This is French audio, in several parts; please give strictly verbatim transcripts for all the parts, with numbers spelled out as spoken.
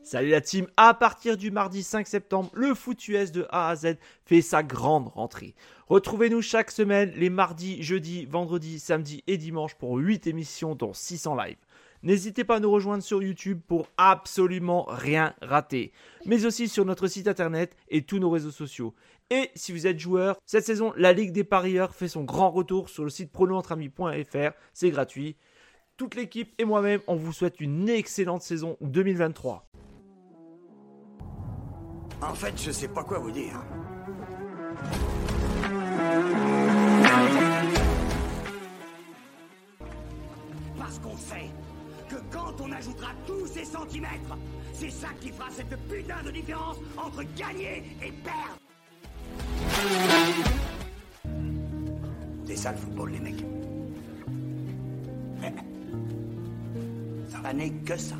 Salut la team, à partir du mardi cinq septembre, le foot U S de A à Z fait sa grande rentrée. Retrouvez-nous chaque semaine les mardis, jeudis, vendredis, samedis et dimanches pour huit émissions dont six en live. N'hésitez pas à nous rejoindre sur YouTube pour absolument rien rater, mais aussi sur notre site internet et tous nos réseaux sociaux. Et si vous êtes joueur, cette saison, la Ligue des parieurs fait son grand retour sur le site prono entre amis point f r, c'est gratuit. Toute l'équipe et moi-même, on vous souhaite une excellente saison deux mille vingt-trois. En fait, je sais pas quoi vous dire. Parce qu'on sait que quand on ajoutera tous ces centimètres, c'est ça qui fera cette putain de différence entre gagner et perdre. C'est ça le football, les mecs. Ça n'est que ça.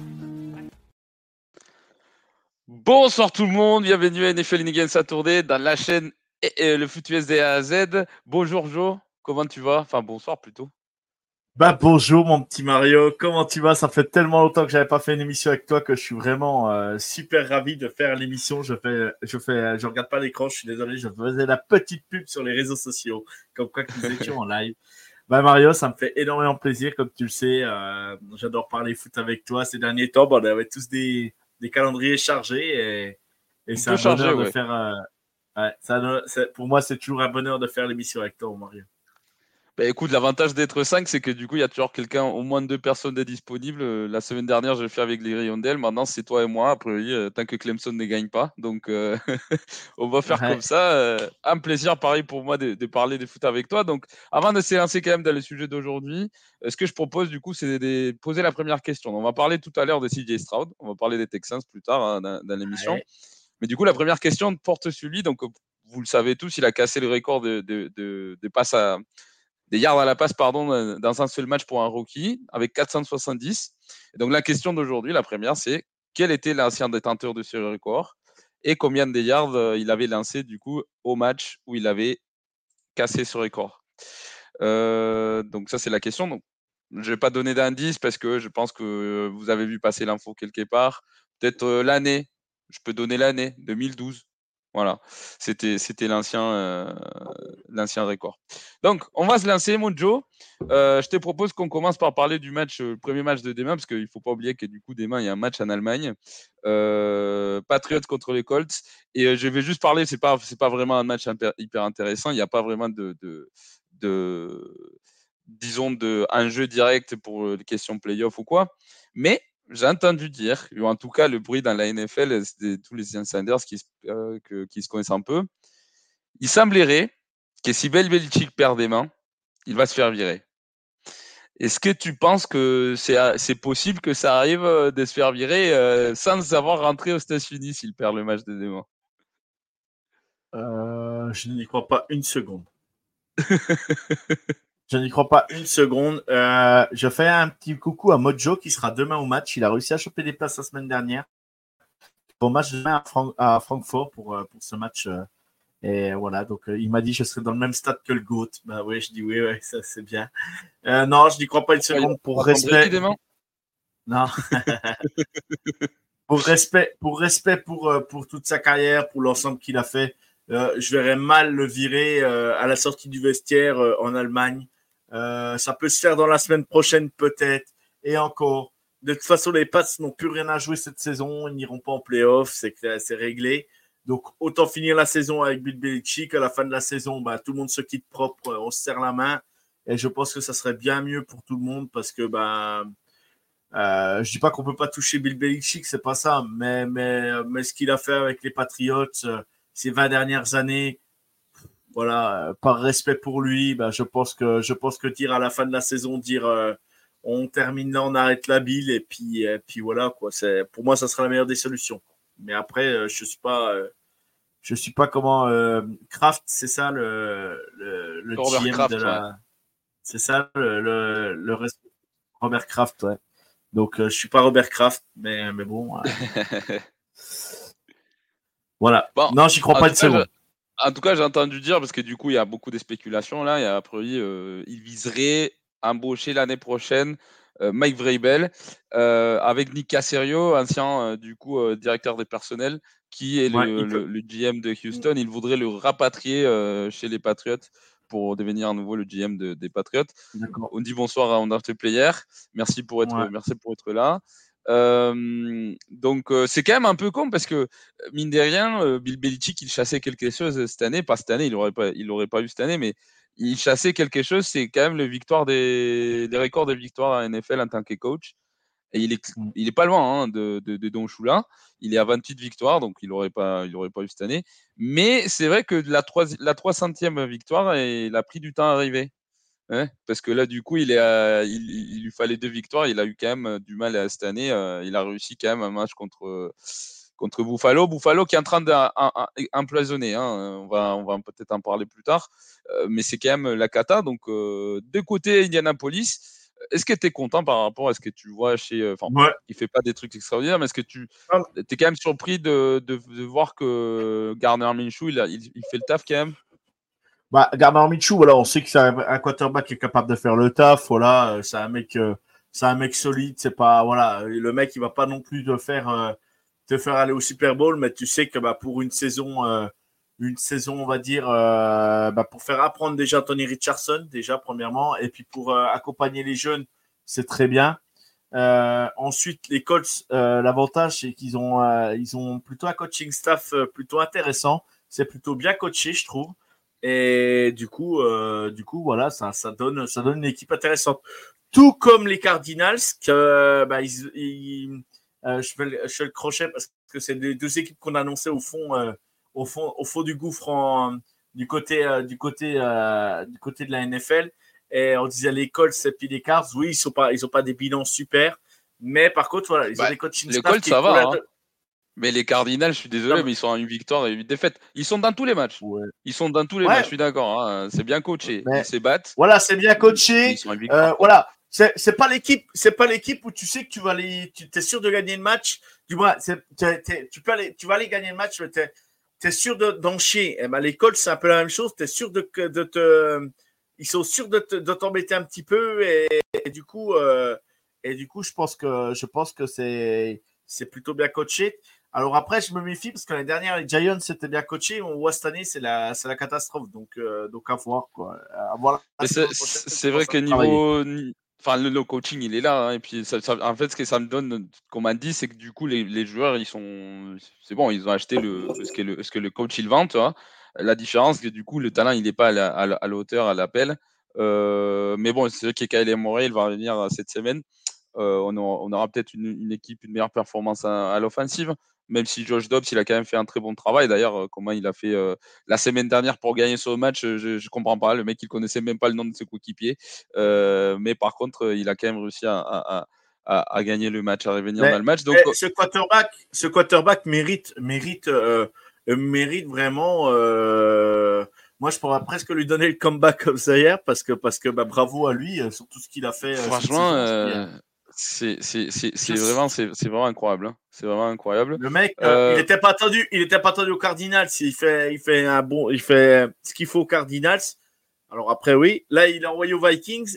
Bonsoir tout le monde, bienvenue à N F L Inigène Saturday dans la chaîne et, et, le foot U S de A à Z. Bonjour Jo, comment tu vas? Enfin bonsoir plutôt. Bah bonjour mon petit Mario, comment tu vas? Ça fait tellement longtemps que j'avais pas fait une émission avec toi que je suis vraiment euh, super ravi de faire l'émission. Je fais, je fais, je regarde pas l'écran, je suis désolé, je faisais la petite pub sur les réseaux sociaux, comme quoi que nous étions en live. Bah Mario, ça me fait énormément plaisir, comme tu le sais. Euh, j'adore parler foot avec toi. Ces derniers temps, bah, on avait tous des, des calendriers chargés et, et c'est un chargé, bonheur ouais. de faire. Euh, ouais, ça, c'est, pour moi, c'est toujours un bonheur de faire l'émission avec toi, Mario. Bah écoute, l'avantage d'être cinq, c'est que du coup, il y a toujours quelqu'un, au moins deux personnes de disponibles. La semaine dernière, j'ai fait avec les Rayondel. Maintenant, c'est toi et moi, a priori, euh, tant que Clemson ne gagne pas. Donc, euh, on va faire ouais. comme ça. Euh, un plaisir, pareil pour moi, de, de parler de foot avec toi. Donc, avant de se lancer quand même dans le sujet d'aujourd'hui, euh, ce que je propose, du coup, c'est de, de poser la première question. On va parler tout à l'heure de C J Stroud. On va parler des Texans plus tard hein, dans, dans l'émission. Ouais. Mais du coup, la première question porte sur lui. Donc, vous le savez tous, il a cassé le record de, de, de, de passe à... des yards à la passe pardon, dans un seul match pour un rookie, avec quatre cent soixante-dix. Et donc, la question d'aujourd'hui, la première, c'est quel était l'ancien détenteur de ce record et combien de yards euh, il avait lancé, du coup, au match où il avait cassé ce record. Euh, donc, ça, c'est la question. Donc, je ne vais pas donner d'indice parce que je pense que vous avez vu passer l'info quelque part. Peut-être euh, l'année. Je peux donner l'année, deux mille douze. Voilà, c'était, c'était l'ancien, euh, l'ancien record. Donc, on va se lancer, mon Joe. Euh, je te propose qu'on commence par parler du match, le premier match de demain, parce qu'il ne faut pas oublier que du coup, demain, il y a un match en Allemagne. Euh, Patriots contre les Colts. Et euh, je vais juste parler, ce n'est pas, c'est pas vraiment un match hyper intéressant. Il n'y a pas vraiment de, de, de disons, de, un jeu direct pour les questions playoff ou quoi. Mais j'ai entendu dire, ou en tout cas le bruit dans la N F L, c'est tous les insiders qui, euh, que, qui se connaissent un peu. Il semblerait que si Bill Belichick perd des mains, il va se faire virer. Est-ce que tu penses que c'est, c'est possible que ça arrive de se faire virer euh, sans avoir rentré aux États-Unis s'il perd le match de demain? euh, Je n'y crois pas une seconde. Je n'y crois pas une seconde. Euh, je fais un petit coucou à Mojo qui sera demain au match. Il a réussi à choper des places la semaine dernière. Au match demain à, Franc- à Francfort pour, pour ce match. Euh, et voilà, donc euh, il m'a dit je serai dans le même stade que le GOAT. Bah oui, je dis oui, ouais, ça c'est bien. Euh, non, je n'y crois pas une seconde pour respect. Non. pour respect, pour respect pour, pour toute sa carrière, pour l'ensemble qu'il a fait. Euh, je verrais mal le virer euh, à la sortie du vestiaire euh, en Allemagne. Euh, ça peut se faire dans la semaine prochaine peut-être. Et encore, de toute façon, les Pats n'ont plus rien à jouer cette saison. Ils n'iront pas en play-off, c'est, c'est réglé. Donc, autant finir la saison avec Bill Belichick. À la fin de la saison, bah, tout le monde se quitte propre, on se serre la main. Et je pense que ça serait bien mieux pour tout le monde parce que bah, euh, je dis pas qu'on peut pas toucher Bill Belichick, c'est pas ça. Mais, mais, mais ce qu'il a fait avec les Patriots euh, ces vingt dernières années, voilà, euh, par respect pour lui, bah, je pense que je pense que dire à la fin de la saison, dire euh, on termine là, on arrête la bille et puis et puis voilà quoi. C'est pour moi ça sera la meilleure des solutions. Mais après, euh, je suis pas, euh, je suis pas comment euh, Kraft, c'est ça le le, le G M Kraft, de la, ouais. C'est ça le le, le reste... Robert Kraft, ouais. Donc euh, je suis pas Robert Kraft, mais mais bon. Euh... voilà. Bon, non, j'y crois pas une seconde. En tout cas, j'ai entendu dire, parce que du coup, il y a beaucoup de spéculations là, il y a a priori, euh, il viserait embaucher l'année prochaine euh, Mike Vrabel, euh, avec Nick Caserio, ancien euh, du coup euh, directeur des personnels, qui est Ouais, le, il le, peut- le G M de Houston. Il voudrait le rapatrier euh, chez les Patriots pour devenir à nouveau le G M de, des Patriots. D'accord. On dit bonsoir à Undrafted Player. Merci pour être, Ouais. merci pour être là. Euh, donc euh, c'est quand même un peu con parce que mine de rien, euh, Bill Belichick il chassait quelque chose cette année, pas cette année, il aurait pas, il aurait pas eu cette année, mais il chassait quelque chose, c'est quand même le victoire des, des records de victoires à N F L en tant que coach. Et il est, Mm. il est pas loin hein, de, de, de Don Shula. Il est à vingt-huit victoires, donc il aurait pas, il aurait pas eu cette année. Mais c'est vrai que la trois, la trois centième victoire, il a pris du temps à arriver. Hein, parce que là, du coup, il, est à, il, il, lui fallait deux victoires. Il a eu quand même du mal à, cette année. Euh, il a réussi quand même un match contre, contre Buffalo. Buffalo qui est en train d'empoisonner. Hein. On va, on va peut-être en parler plus tard. Euh, mais c'est quand même la cata. Donc, euh, de côté Indianapolis, est-ce que tu es content par rapport à ce que tu vois chez. Enfin, Ouais. il fait pas des trucs extraordinaires, mais est-ce que tu Ah. es quand même surpris de, de, de voir que Gardner Minshew, il, a, il, il fait le taf quand même? Bah, Gardner Minshew, voilà, on sait que c'est un, un quarterback qui est capable de faire le taf. Voilà, euh, c'est un mec, euh, c'est un mec solide. C'est pas, voilà, le mec, il va pas non plus te faire, euh, te faire aller au Super Bowl, mais tu sais que bah, pour une saison, euh, une saison, on va dire, euh, bah, pour faire apprendre déjà Tony Richardson, déjà premièrement, et puis pour euh, accompagner les jeunes, c'est très bien. Euh, ensuite, les Colts, euh, l'avantage, c'est qu'ils ont, euh, ils ont plutôt un coaching staff euh, plutôt intéressant. C'est plutôt bien coaché, je trouve. Et du coup, euh, du coup, voilà, ça, ça donne, ça donne une équipe intéressante. Tout comme les Cardinals, que bah, ils, ils, euh, je, fais le, je fais le crochet parce que c'est les deux équipes qu'on a annoncées au fond, euh, au fond, au fond du gouffre en, du côté, euh, du côté, euh, du côté de la N F L. Et on disait les Colts et puis les Cards, oui, ils sont pas, ils ont pas des bilans super, mais par contre, voilà, ils bah, ont des coaching les staff Colts, qui ça pour va. la... Hein. Mais les Cardinals, je suis désolé, non, mais ils sont à une victoire et huit défaites. Ils sont dans tous les matchs. ouais. Ils sont dans tous les Ouais. matchs, je suis d'accord. Hein. C'est bien coaché. Mais ils se battent. voilà, c'est bien coaché. Ils sont à une victoire. Euh, voilà, c'est, c'est pas l'équipe, c'est pas l'équipe où tu sais que tu vas aller, tu es sûr de gagner le match. Du moins, c'est, t'es, t'es, tu peux aller, tu vas aller gagner le match, mais t'es, t'es sûr de, d'en chier. Et ben, l'école, c'est un peu la même chose. T'es sûr de, de te, ils sont sûrs de, te, de t'embêter un petit peu et, et du coup, euh, et du coup, je pense que, je pense que c'est, c'est plutôt bien coaché. Alors après, je me méfie parce que l'année dernière, les Giants étaient bien coachés. On voit cette année, c'est la, c'est la catastrophe. Donc, euh, donc à voir. Quoi. À voir Mais c'est, c'est vrai que niveau. Enfin, le, le coaching, il est là. Hein, et puis, ça, ça, en fait, ce que ça me donne, qu'on m'a dit, c'est que du coup, les, les joueurs, ils sont. C'est bon, ils ont acheté le, ce, que le, ce que le coach, il vend. Tu vois. La différence, c'est que du coup, le talent, il n'est pas à la, à, la, à la hauteur, à l'appel. Euh, mais bon, c'est vrai que Kyle Murray, il va revenir cette semaine. Euh, on, aura, on aura peut-être une, une équipe, une meilleure performance à, à l'offensive, même si Josh Dobbs, il a quand même fait un très bon travail. D'ailleurs, euh, comment il a fait euh, la semaine dernière pour gagner ce match, je ne comprends pas. Le mec, il connaissait même pas le nom de ses coéquipiers. Euh, mais par contre, il a quand même réussi à, à, à, à gagner le match, à revenir mais, dans le match. Donc, ce quarterback, ce quarterback mérite, mérite, euh, mérite vraiment. Euh, moi, je pourrais presque lui donner le comeback of the year parce que, parce que bah, bravo à lui sur tout ce qu'il a fait. Franchement, euh, c'est, c'est, c'est, c'est vraiment, c'est, c'est vraiment incroyable. Hein. C'est vraiment incroyable. Le mec, euh, euh, il n'était pas attendu, il était pas attendu au Cardinals. Il fait, il fait un bon, il fait ce qu'il faut au Cardinals. Alors après, oui, là, il est envoyé aux Vikings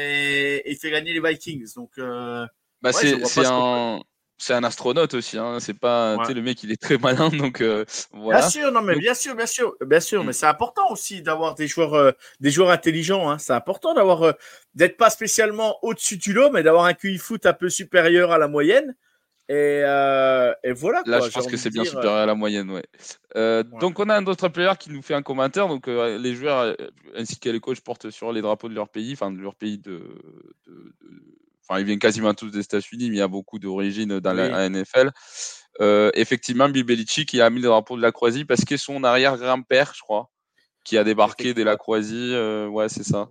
et, et il fait gagner les Vikings. Donc, euh, bah, ouais, c'est, c'est un. C'est un astronaute aussi, hein. C'est pas, ouais. Tu sais, le mec, il est très malin, donc euh, voilà. Bien sûr, non, mais donc... bien sûr, bien sûr, bien sûr, mm. mais c'est important aussi d'avoir des joueurs, euh, des joueurs intelligents. Hein. C'est important d'avoir, euh, d'être pas spécialement au-dessus du lot, mais d'avoir un Q I foot un peu supérieur à la moyenne. Et, euh, et voilà. Là, quoi, je pense que c'est dire... bien supérieur à la moyenne, ouais. Euh, ouais. Donc, on a un autre player qui nous fait un commentaire. Donc, euh, les joueurs euh, ainsi que les coachs portent sur les drapeaux de leur pays, enfin de leur pays de, de, de... Enfin, ils viennent quasiment tous des États-Unis, mais il y a beaucoup d'origines dans oui. la N F L. Euh, effectivement, Bill Belichick, il a mis le drapeau de la Croatie parce que son arrière-grand-père, je crois, qui a débarqué de la Croatie, euh, ouais, c'est ça.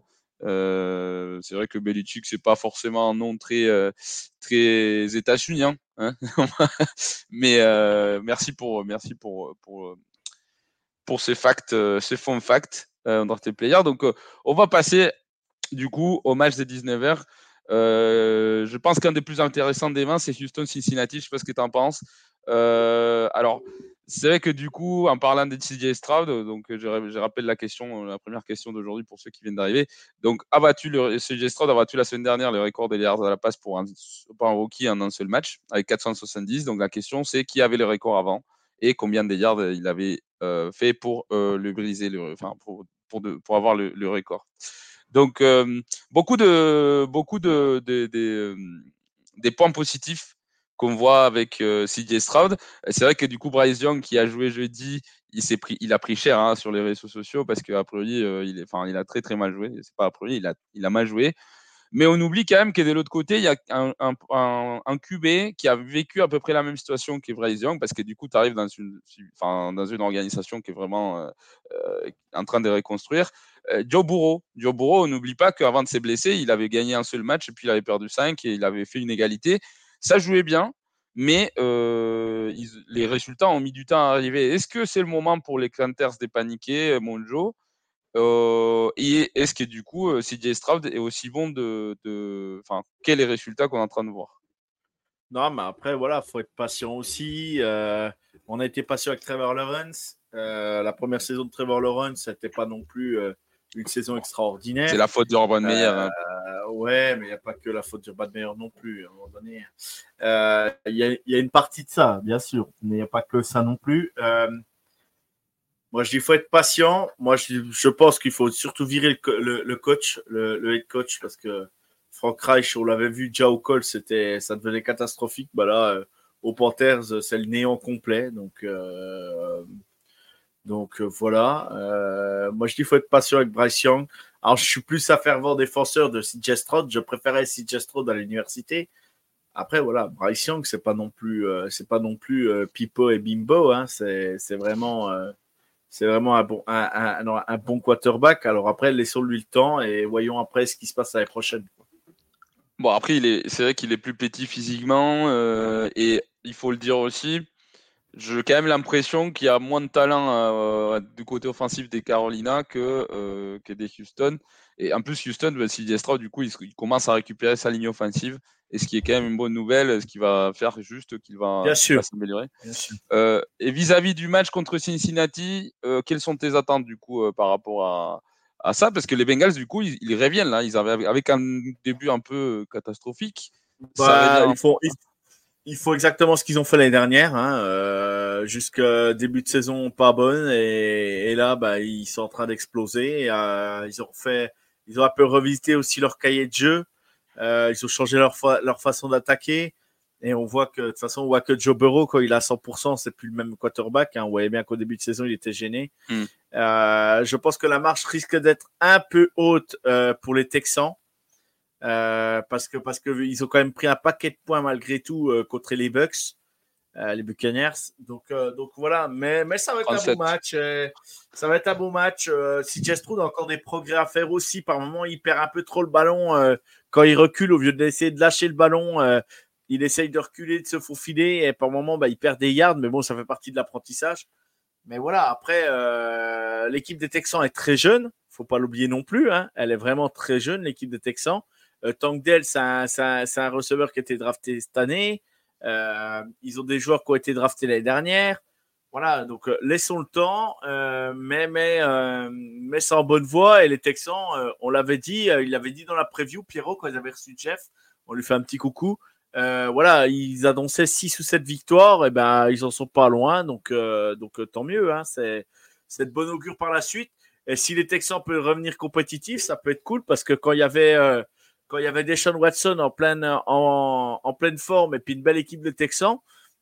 Euh, c'est vrai que Belichick, c'est pas forcément un nom très euh, très états-unien, hein. Mais euh, merci pour merci pour pour pour ces facts, ces fun facts euh, dans tes players. Donc, euh, on va passer du coup au match des dix-neuf heures. Euh, je pense qu'un des plus intéressants des mains, c'est Houston-Cincinnati. Je sais pas ce que tu en penses. Euh, alors, c'est vrai que du coup, en parlant de C J Stroud, donc je, je rappelle la question, la première question d'aujourd'hui pour ceux qui viennent d'arriver. Donc, a battu le, C J Stroud a battu la semaine dernière le record des yards à la passe pour un, pour un rookie en un seul match, avec quatre cent soixante-dix. Donc, la question, c'est qui avait le record avant et combien de yards il avait euh, fait pour euh, le briser, le, enfin, pour, pour, de, pour avoir le, le record. Donc, euh, beaucoup de, beaucoup de, de, de, de des points positifs qu'on voit avec euh, C J Stroud. C'est vrai que du coup, Bryce Young, qui a joué jeudi, il, s'est pris, il a pris cher hein, sur les réseaux sociaux parce qu'à priori, euh, il, est, il a très très mal joué. C'est pas a priori, il a, il a mal joué. Mais on oublie quand même que de l'autre côté, il y a un, un, un, un Q B qui a vécu à peu près la même situation que Bryce Young parce que du coup, tu arrives dans une, dans une organisation qui est vraiment euh, euh, en train de reconstruire. Euh, Joe Burrow, Joe Burrow, on n'oublie pas qu'avant de se blesser, il avait gagné un seul match et puis il avait perdu cinq et il avait fait une égalité. Ça jouait bien, mais euh, ils, les résultats ont mis du temps à arriver. Est-ce que c'est le moment pour les Panthers de paniquer, mon Joe euh, Et est-ce que du coup, euh, C J Stroud est aussi bon de, de... Enfin, quels les résultats qu'on est en train de voir? Non, mais après, voilà, il faut être patient aussi. Euh, on a été patient avec Trevor Lawrence. Euh, la première saison de Trevor Lawrence, c'était pas non plus euh, une saison extraordinaire. C'est la faute d'Urban Meyer. Euh, hein. Ouais, mais il n'y a pas que la faute d'Urban Meyer non plus, à un moment donné. Il euh, y, y, a une partie de ça, bien sûr, mais il n'y a pas que ça non plus. Euh, moi, je dis qu'il faut être patient. Moi, je, je pense qu'il faut surtout virer le, le, le coach, le, le head coach, parce que Frank Reich, on l'avait vu déjà au col, c'était, ça devenait catastrophique. Bah là, euh, aux Panthers, c'est le néant complet. Donc, euh, donc euh, voilà. Euh, moi, je dis qu'il faut être patient avec Bryce Young. Alors, je suis plus un fervent défenseur de C J Stroud. Je préférais C J Stroud à l'université. Après, voilà, Bryce Young, c'est pas non plus, euh, c'est pas non plus euh, Pipo et Bimbo. Hein, c'est, c'est vraiment, euh, c'est vraiment un bon, un, un, un bon quarterback. Alors après, laissons-lui le temps et voyons après ce qui se passe l'année prochaine. Bon, après, il est, c'est vrai qu'il est plus petit physiquement euh, et il faut le dire aussi. J'ai quand même l'impression qu'il y a moins de talent euh, du côté offensif des Carolina que, euh, que des Houston. Et en plus, Houston, ben, C J Stroud, du coup, il, il commence à récupérer sa ligne offensive. Et ce qui est quand même une bonne nouvelle, ce qui va faire juste qu'il va, Bien qu'il sûr. va s'améliorer. Bien sûr. Euh, et vis-à-vis du match contre Cincinnati, euh, quelles sont tes attentes du coup euh, par rapport à, à ça? Parce que les Bengals, du coup, ils, ils reviennent là. Ils avaient avec un début un peu catastrophique. Bah, ça il faut, il, il faut exactement ce qu'ils ont fait l'année dernière. Hein, euh, jusqu'à début de saison pas bonne et, et là, bah, ils sont en train d'exploser. Euh, ils ont fait, ils ont un peu revisité aussi leur cahier de jeu. Euh, ils ont changé leur, fa- leur façon d'attaquer. Et on voit que, de toute façon, on voit que Joe Burrow, quand il a cent pour cent, c'est plus le même quarterback. Hein. On voyait bien qu'au début de saison, il était gêné. Mm. Euh, je pense que la marche risque d'être un peu haute euh, pour les Texans. Euh, parce que parce que ils ont quand même pris un paquet de points malgré tout euh, contre les Bucks, euh, les Buccaneers. Donc euh, donc voilà, mais mais ça va être trente-sept. Un bon match. Euh, ça va être un bon match. Euh, si C J Stroud a encore des progrès à faire aussi, par moment il perd un peu trop le ballon euh, quand il recule au lieu d'essayer de lâcher le ballon. Euh, il essaye de reculer, de se faufiler et par moment bah, il perd des yards, mais bon ça fait partie de l'apprentissage. Mais voilà, après euh, l'équipe des Texans est très jeune, faut pas l'oublier non plus. Hein. Elle est vraiment très jeune l'équipe des Texans. Euh, Tank Dell, c'est un, c'est, un, c'est un receveur qui a été drafté cette année. Euh, ils ont des joueurs qui ont été draftés l'année dernière. Voilà, donc euh, laissons le temps, euh, mais, mais, euh, mais c'est en bonne voie. Et les Texans, euh, on l'avait dit, euh, il l'avait dit dans la preview, Pierrot, quand ils avaient reçu Jeff, on lui fait un petit coucou. Euh, voilà, ils annonçaient six ou sept victoires, et ben ils en sont pas loin, donc, euh, donc euh, tant mieux. Hein, c'est, c'est de bon augure par la suite. Et si les Texans peuvent revenir compétitifs, ça peut être cool parce que quand il y avait euh, quand il y avait Deshaun Watson en pleine, en, en pleine forme et puis une belle équipe de Texans,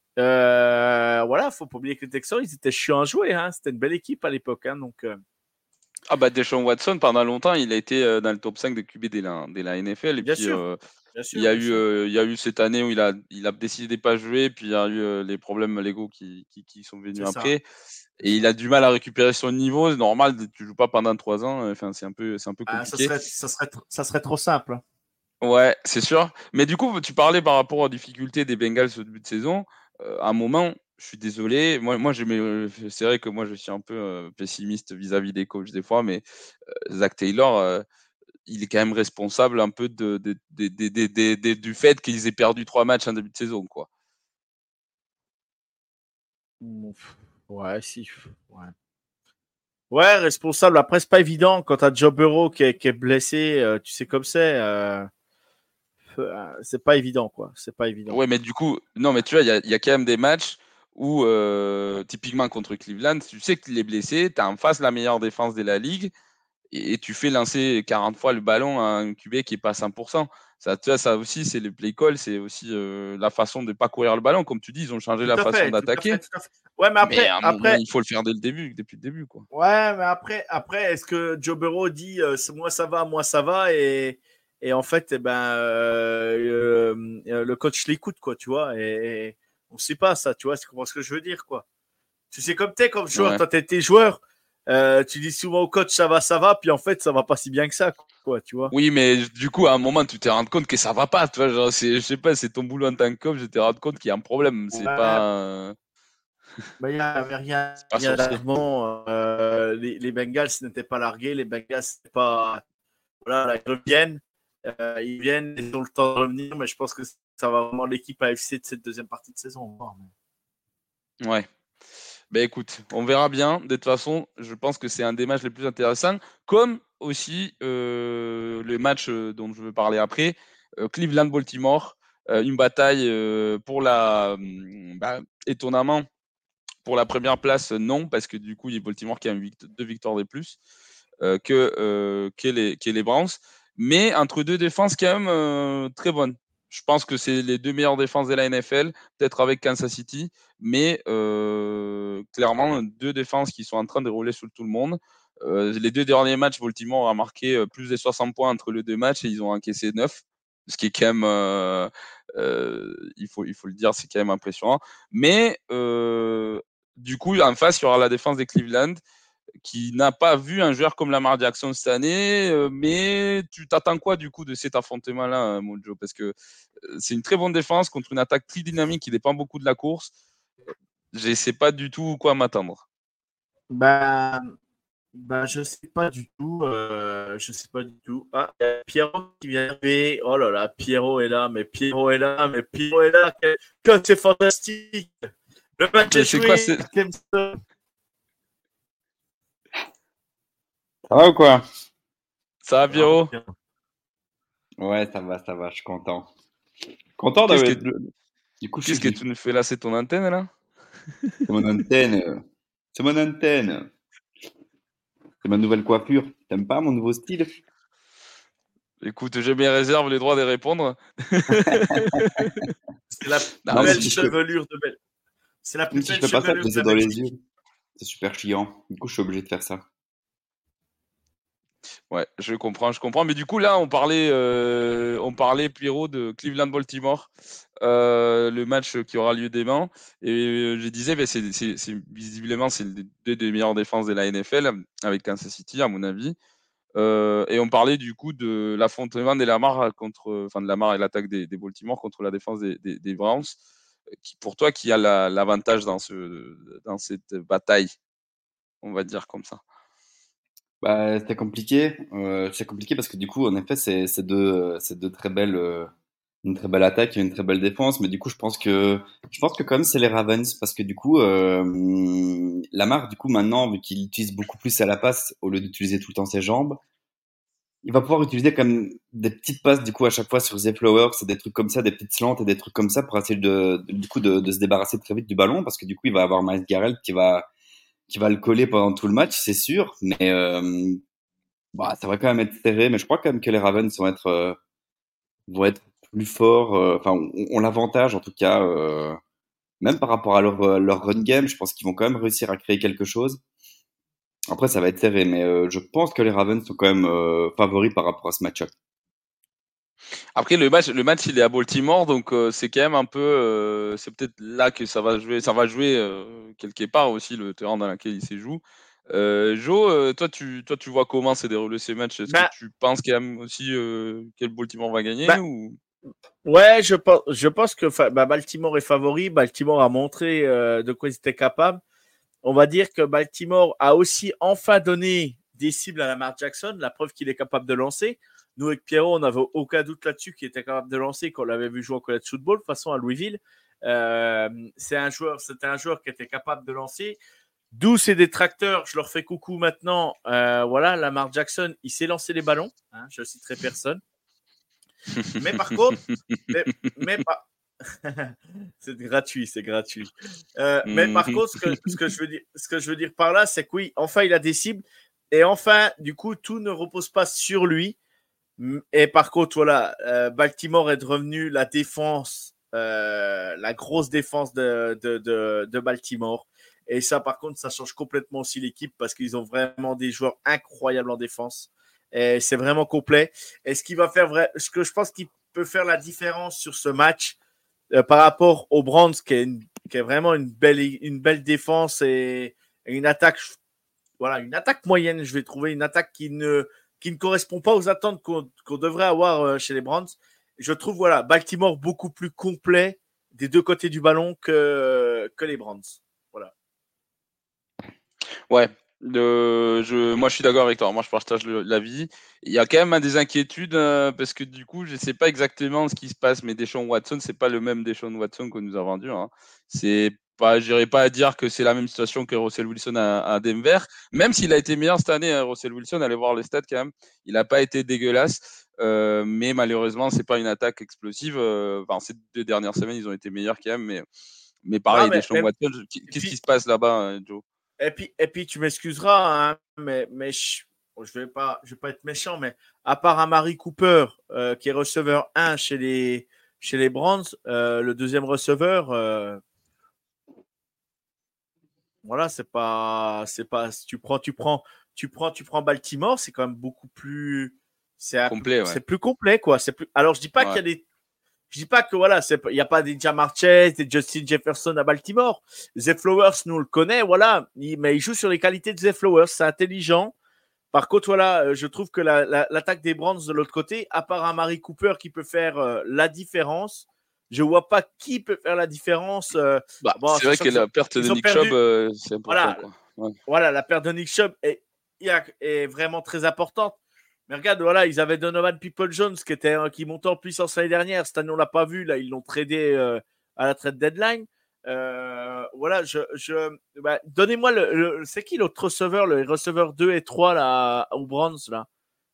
euh, voilà, faut pas oublier que les Texans, ils étaient chiants à jouer. Hein. C'était une belle équipe à l'époque. Hein, donc, euh... Ah bah Deshaun Watson, pendant longtemps, il a été euh, dans le top cinq de Q B de la, de la N F L. Et bien puis, sûr. Euh, Bien sûr, il, y a eu, euh, il y a eu cette année où il a, il a décidé de pas jouer, puis il y a eu euh, les problèmes légaux qui, qui, qui sont venus c'est après. Ça. Et il a du mal à récupérer son niveau. C'est normal, tu joues pas pendant trois ans. Enfin, c'est un peu, c'est un peu compliqué. Ah, ça, serait, ça, serait, ça serait trop simple. Ouais, c'est sûr. Mais du coup, tu parlais par rapport aux difficultés des Bengals au début de saison. Euh, à un moment, je suis désolé. Moi, moi c'est vrai que moi, je suis un peu euh, pessimiste vis-à-vis des coachs des fois, mais euh, Zach Taylor, euh, il est quand même responsable un peu de, de, de, de, de, de, de du fait qu'ils aient perdu trois matchs en début de saison, quoi. Ouais, si. Ouais. Ouais, responsable. Après, c'est pas évident quand t'as Joe Burrow qui est, qui est blessé. Euh, tu sais comme c'est. Euh, euh, c'est pas évident, quoi. C'est pas évident. Ouais, mais du coup, non, mais tu vois, il y a, il y a quand même des matchs où, euh, typiquement contre Cleveland, tu sais qu'il est blessé, tu as en face la meilleure défense de la ligue et, et tu fais lancer quarante fois le ballon à un Q B qui est pas à cent pour cent. Ça, tu vois, ça aussi, c'est le play call, c'est aussi euh, la façon de pas courir le ballon. Comme tu dis, ils ont changé Tout la à façon fait, tout à fait, d'attaquer, tout à fait. Ouais, mais mais après, à un moment, après, il faut le faire dès le début, depuis le début, quoi. ouais, mais après, après, est-ce que Joe Burrow dit euh, c'est- moi ça va, moi ça va et, et en fait, eh ben, euh, euh, le coach l'écoute, quoi, tu vois, et, et on sait pas ça, tu vois, c'est comment ce que je veux dire, quoi. Tu sais, comme t'es comme joueur, Ouais. toi, t'es tes joueurs, euh, tu dis souvent au coach ça va, ça va, puis en fait, ça va pas si bien que ça, quoi, tu vois. Oui, mais du coup, à un moment, tu t'es rendu compte que ça va pas, tu vois, genre, c'est, je sais pas, c'est ton boulot en tant que coach, je t'ai rendu compte qu'il y a un problème, c'est Ouais, pas, bah, il y avait rien, c'est pas rien sorcier. d'alarmant. Euh, les, les Bengals n'étaient pas largués, les Bengals, c'est pas. Voilà, là, ils reviennent. Euh, ils viennent, ils ont le temps de revenir, mais je pense que ça va vraiment l'équipe A F C de cette deuxième partie de saison. Ouais. Ben écoute, on verra bien. De toute façon, je pense que c'est un des matchs les plus intéressants, comme aussi euh, le match euh, dont je veux parler après, euh, Cleveland-Baltimore, euh, une bataille euh, pour la, hum, bah, étonnamment, pour la première place, non, parce que du coup, il y a Baltimore qui a une vict- deux victoires de plus euh, que, euh, que, les, que les Browns, mais entre deux défenses quand même euh, très bonnes. Je pense que c'est les deux meilleures défenses de la N F L, peut-être avec Kansas City, mais euh, clairement deux défenses qui sont en train de rouler sur tout le monde. Euh, les deux derniers matchs, Baltimore a marqué euh, plus de soixante points entre les deux matchs et ils ont encaissé neuf, ce qui est quand même, euh, euh, il, faut, il faut le dire, c'est quand même impressionnant. Mais euh, du coup, en face, il y aura la défense des Cleveland qui n'a pas vu un joueur comme Lamar Jackson cette année. Euh, mais tu t'attends quoi du coup de cet affrontement-là, Mojo? Parce que euh, c'est une très bonne défense contre une attaque très dynamique qui dépend beaucoup de la course. Je ne sais pas du tout quoi m'attendre. Bah, bah, je sais pas du tout. Euh, je sais pas du tout. Ah, il y a Pierrot qui vient d'arriver. Oh là là, Pierrot est là, mais Pierrot est là, mais Pierrot est là. Quel- que c'est fantastique. Le match est C'est quoi joué. c'est... Clemson. Ça va ou quoi? Ça va, Ah, Pierrot? bien. Ouais, ça va, ça va, je suis content. Content Qu'est-ce d'avoir. que, Du coup, je suis qu'est-ce que qui? tu nous fais là? C'est ton antenne là? C'est mon antenne. euh. C'est mon antenne. C'est ma nouvelle coiffure. T'aimes pas mon nouveau style? Écoute, j'ai mes réserves les droits de répondre. C'est la Non, Non, mais mais belle si si je fais, chevelure de belle. C'est la même plus si je belle fais pas ça, je chevelure les de ai la dans les Belgique. yeux. C'est super chiant. Du coup, je suis obligé de faire ça. Ouais, je comprends, je comprends. Mais du coup, là, on parlait, euh, on parlait, Pierrot, de Cleveland-Baltimore, euh, le match qui aura lieu demain. Et euh, je disais, ben, c'est, c'est, c'est- visiblement, c'est les deux des meilleures défenses de la N F L, avec Kansas City, à mon avis. Euh, et on parlait du coup de l'affrontement des Lamar contre, enfin de Lamar et l'attaque des, des Baltimore contre la défense des, des, des Browns. Qui, pour toi, qui a la- l'avantage dans ce, dans cette bataille, on va dire comme ça. Bah, c'était compliqué. Euh, c'est compliqué parce que du coup, en effet, c'est c'est deux, c'est deux très belles, euh, une très belle attaque et une très belle défense. Mais du coup, je pense que, je pense que quand même, c'est les Ravens parce que du coup, euh, Lamar, du coup, maintenant, vu qu'il utilise beaucoup plus à la passe au lieu d'utiliser tout le temps ses jambes, il va pouvoir utiliser comme des petites passes du coup à chaque fois sur Zay Flowers, c'est des trucs comme ça, des petites slants et des trucs comme ça pour essayer de, de- du coup de, de se débarrasser très vite du ballon parce que du coup il va avoir Miles Garrett qui va qui va le coller pendant tout le match, c'est sûr, mais euh, bah, ça va quand même être serré. Mais je crois quand même que les Ravens vont être euh, vont être plus forts, euh, enfin ont, ont l'avantage en tout cas, euh, même par rapport à leur euh, leur run game, je pense qu'ils vont quand même réussir à créer quelque chose. Après ça va être serré, mais euh, je pense que les Ravens sont quand même euh, favoris par rapport à ce match-up. Après le match, le match il est à Baltimore, donc euh, c'est quand même un peu, euh, c'est peut-être là que ça va jouer, ça va jouer euh, quelque part aussi le terrain dans lequel il se joue. Euh, Jo, euh, toi tu, toi tu vois comment s'est déroulé ces matchs? Est-ce que Bah, tu penses qu'il y a aussi euh, quel Baltimore va gagner bah, ou? ouais, je pense, je pense que fa- bah, Baltimore est favori. Baltimore a montré euh, de quoi ils étaient capables. On va dire que Baltimore a aussi enfin donné des cibles à Lamar Jackson, la preuve qu'il est capable de lancer. Nous, avec Pierrot, on n'avait aucun doute là-dessus qu'il était capable de lancer quand on l'avait vu jouer au college football, de toute façon à Louisville. Euh, c'est un joueur, c'était un joueur qui était capable de lancer. D'où ses détracteurs, je leur fais coucou maintenant. Euh, voilà, Lamar Jackson, il sait lancer les ballons. Hein, je ne citerai personne. Mais par contre, mais, mais pas. c'est gratuit, c'est gratuit. Euh, mais par contre, ce que, ce, que je veux dire, ce que je veux dire par là, c'est que oui, enfin, il a des cibles. Et enfin, du coup, tout ne repose pas sur lui. Et par contre, voilà, euh, Baltimore est revenu la défense, euh, la grosse défense de, de, de, de Baltimore. Et ça, par contre, ça change complètement aussi l'équipe parce qu'ils ont vraiment des joueurs incroyables en défense. Et c'est vraiment complet. Et ce qui va faire vrai, ce que je pense qui peut faire la différence sur ce match euh, par rapport aux Browns, qui est, une, qui est vraiment une belle, une belle défense et, et une attaque, voilà, une attaque moyenne, je vais trouver une attaque qui ne, qui ne correspond pas aux attentes qu'on, qu'on devrait avoir euh, chez les Browns. Je trouve, voilà, Baltimore beaucoup plus complet des deux côtés du ballon que, que les Browns. Voilà. Ouais, le, je, moi je suis d'accord avec toi. Moi je partage le- l'avis. Il y a quand même hein, des inquiétudes euh, parce que du coup, je sais pas exactement ce qui se passe, mais Deshaun Watson, c'est pas le même Deshaun Watson qu'on nous a vendu. Hein. C'est pas, j'irai pas à dire que c'est la même situation que Russell Wilson à, à Denver, même s'il a été meilleur cette année. Hein, Russell Wilson, allez voir les stats quand même. Il n'a pas été dégueulasse, euh, mais malheureusement, c'est pas une attaque explosive. Euh, enfin, ces deux dernières semaines, ils ont été meilleurs quand même, mais mais pareil, Ah, mais, Deshaun mais, Watson, qu'est-ce puis, qui se passe là-bas, hein, Joe? Et puis, et puis tu m'excuseras, hein, mais, mais je ne vais, pas, je vais pas être méchant, mais à part Amari Cooper, euh, qui est receveur un chez les, chez les Browns, euh, le deuxième receveur, euh, voilà, c'est pas, c'est pas, si tu prends, tu prends, tu prends, tu prends Baltimore, c'est quand même beaucoup plus, c'est, un, Complet, ouais. c'est plus complet, quoi. C'est plus, alors je dis pas Ouais. qu'il y a des, je dis pas que voilà, il n'y a pas des Jamar Chase, des Justin Jefferson à Baltimore. Zay Flowers, nous on le connaît, voilà, il, mais il joue sur les qualités de Zay Flowers, c'est intelligent. Par contre, voilà, je trouve que la, la, l'attaque des Browns de l'autre côté, à part un Amari Cooper qui peut faire euh, la différence, je vois pas qui peut faire la différence. Euh, bah, bon, c'est vrai que la perte de Nick Chubb, euh, c'est important. Voilà, quoi. Ouais. voilà, la perte de Nick Chubb est, est vraiment très importante. Mais regarde, voilà, ils avaient Donovan People-Jones qui, était, qui montait en puissance l'année dernière. Cette année, on ne l'a pas vu. Là, ils l'ont tradé euh, à la trade deadline. Euh, voilà, je, je, bah, donnez-moi le, le. C'est qui l'autre receveur, le receveur deux et trois là, au Browns là?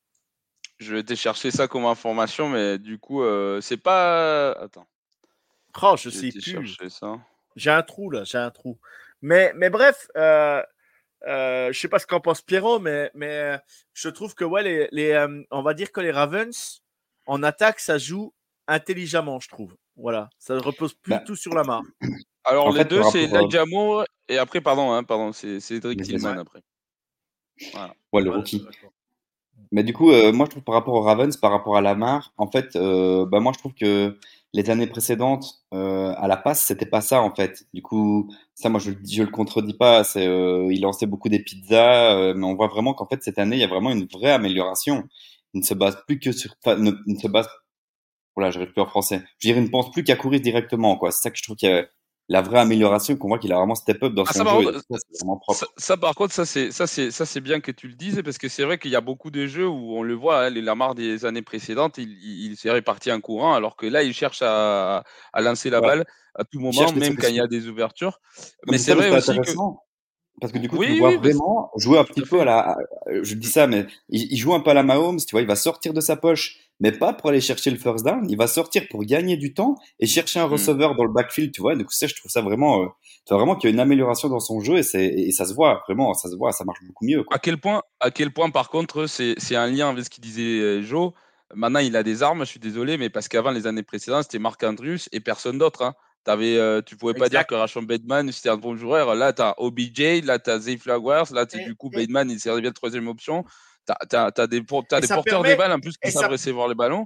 Je vais te chercher ça comme information, mais du coup, euh, c'est pas. Attends. Oh, je, je sais vais te plus. chercher ça. J'ai un trou là, j'ai un trou. Mais, mais bref, euh, Euh, je sais pas ce qu'en pense Pierrot, mais, mais je trouve que ouais, les, les, euh, on va dire que les Ravens, en attaque, ça joue intelligemment, je trouve. Voilà, ça ne repose plus Bah, tout sur la marque. Alors, en les fait, deux, par c'est rapport, euh, Elijah Moore, et après, pardon, hein, pardon c'est Cédric vas-y, Tillman vas-y. après. Voilà. Ouais, le Ouais, rookie. d'accord. Mais du coup, euh, moi, je trouve par rapport aux Ravens, par rapport à Lamar, en fait, euh, bah, moi, je trouve que les années précédentes, euh, à la passe, c'était pas ça, en fait. Du coup, ça, moi, je, je le contredis pas. C'est, euh, il lançait beaucoup des pizzas, euh, mais on voit vraiment qu'en fait, cette année, il y a vraiment une vraie amélioration. Il ne se base plus que sur, enfin, ne, ne se base, voilà, j'arrive plus en français. Je dirais, il ne pense plus qu'à courir directement, quoi. C'est ça que je trouve qu'il y a la vraie amélioration, qu'on voit qu'il a vraiment step up dans Ah, son ça, par jeu. Et contre, ça, c'est vraiment ça, propre. ça, par contre, ça, c'est, ça, c'est, ça, c'est bien que tu le dises, parce que c'est vrai qu'il y a beaucoup de jeux où on le voit, hein, les Lamar des années précédentes, il, il, il s'est réparti en courant, alors que là, il cherche à, à lancer la Ouais. balle à tout Il moment, cherche les même quand il y solutions. a des ouvertures. Non, Mais mais c'est c'est ça, mais vrai c'est aussi que. intéressant. Parce que du coup, tu le Oui, vois oui, bah, vraiment jouer un tout petit à peu à fait. la. à- Je dis Mm. ça, mais il, il joue un peu à la Mahomes, tu vois. Il va sortir de sa poche, mais pas pour aller chercher le first down. Il va sortir pour gagner du temps et chercher un Mm. receveur dans le backfield, tu vois. Donc ça, je trouve ça vraiment. Euh, tu vois vraiment qu'il y a une amélioration dans son jeu et, c'est, et ça se voit vraiment, ça se voit, ça marche beaucoup mieux, À quoi. quel point, à quel point, par contre, c'est, c'est un lien avec ce qu'il disait euh, Joe. Maintenant, il a des armes, je suis désolé, mais parce qu'avant, les années précédentes, c'était Marc Andrews et personne d'autre. Hein. T'avais, euh, tu pouvais pas dire Exact. que Rashon Bateman, c'était un bon joueur. Là, tu as O B J, là, tu as Zay Flowers, là, t'es- Et, du coup, et, Bateman, il s'est arrivé de troisième option. Tu as, des, pour- t'as et des ça porteurs des permet, balles en plus qui et savent ça, recevoir les ballons.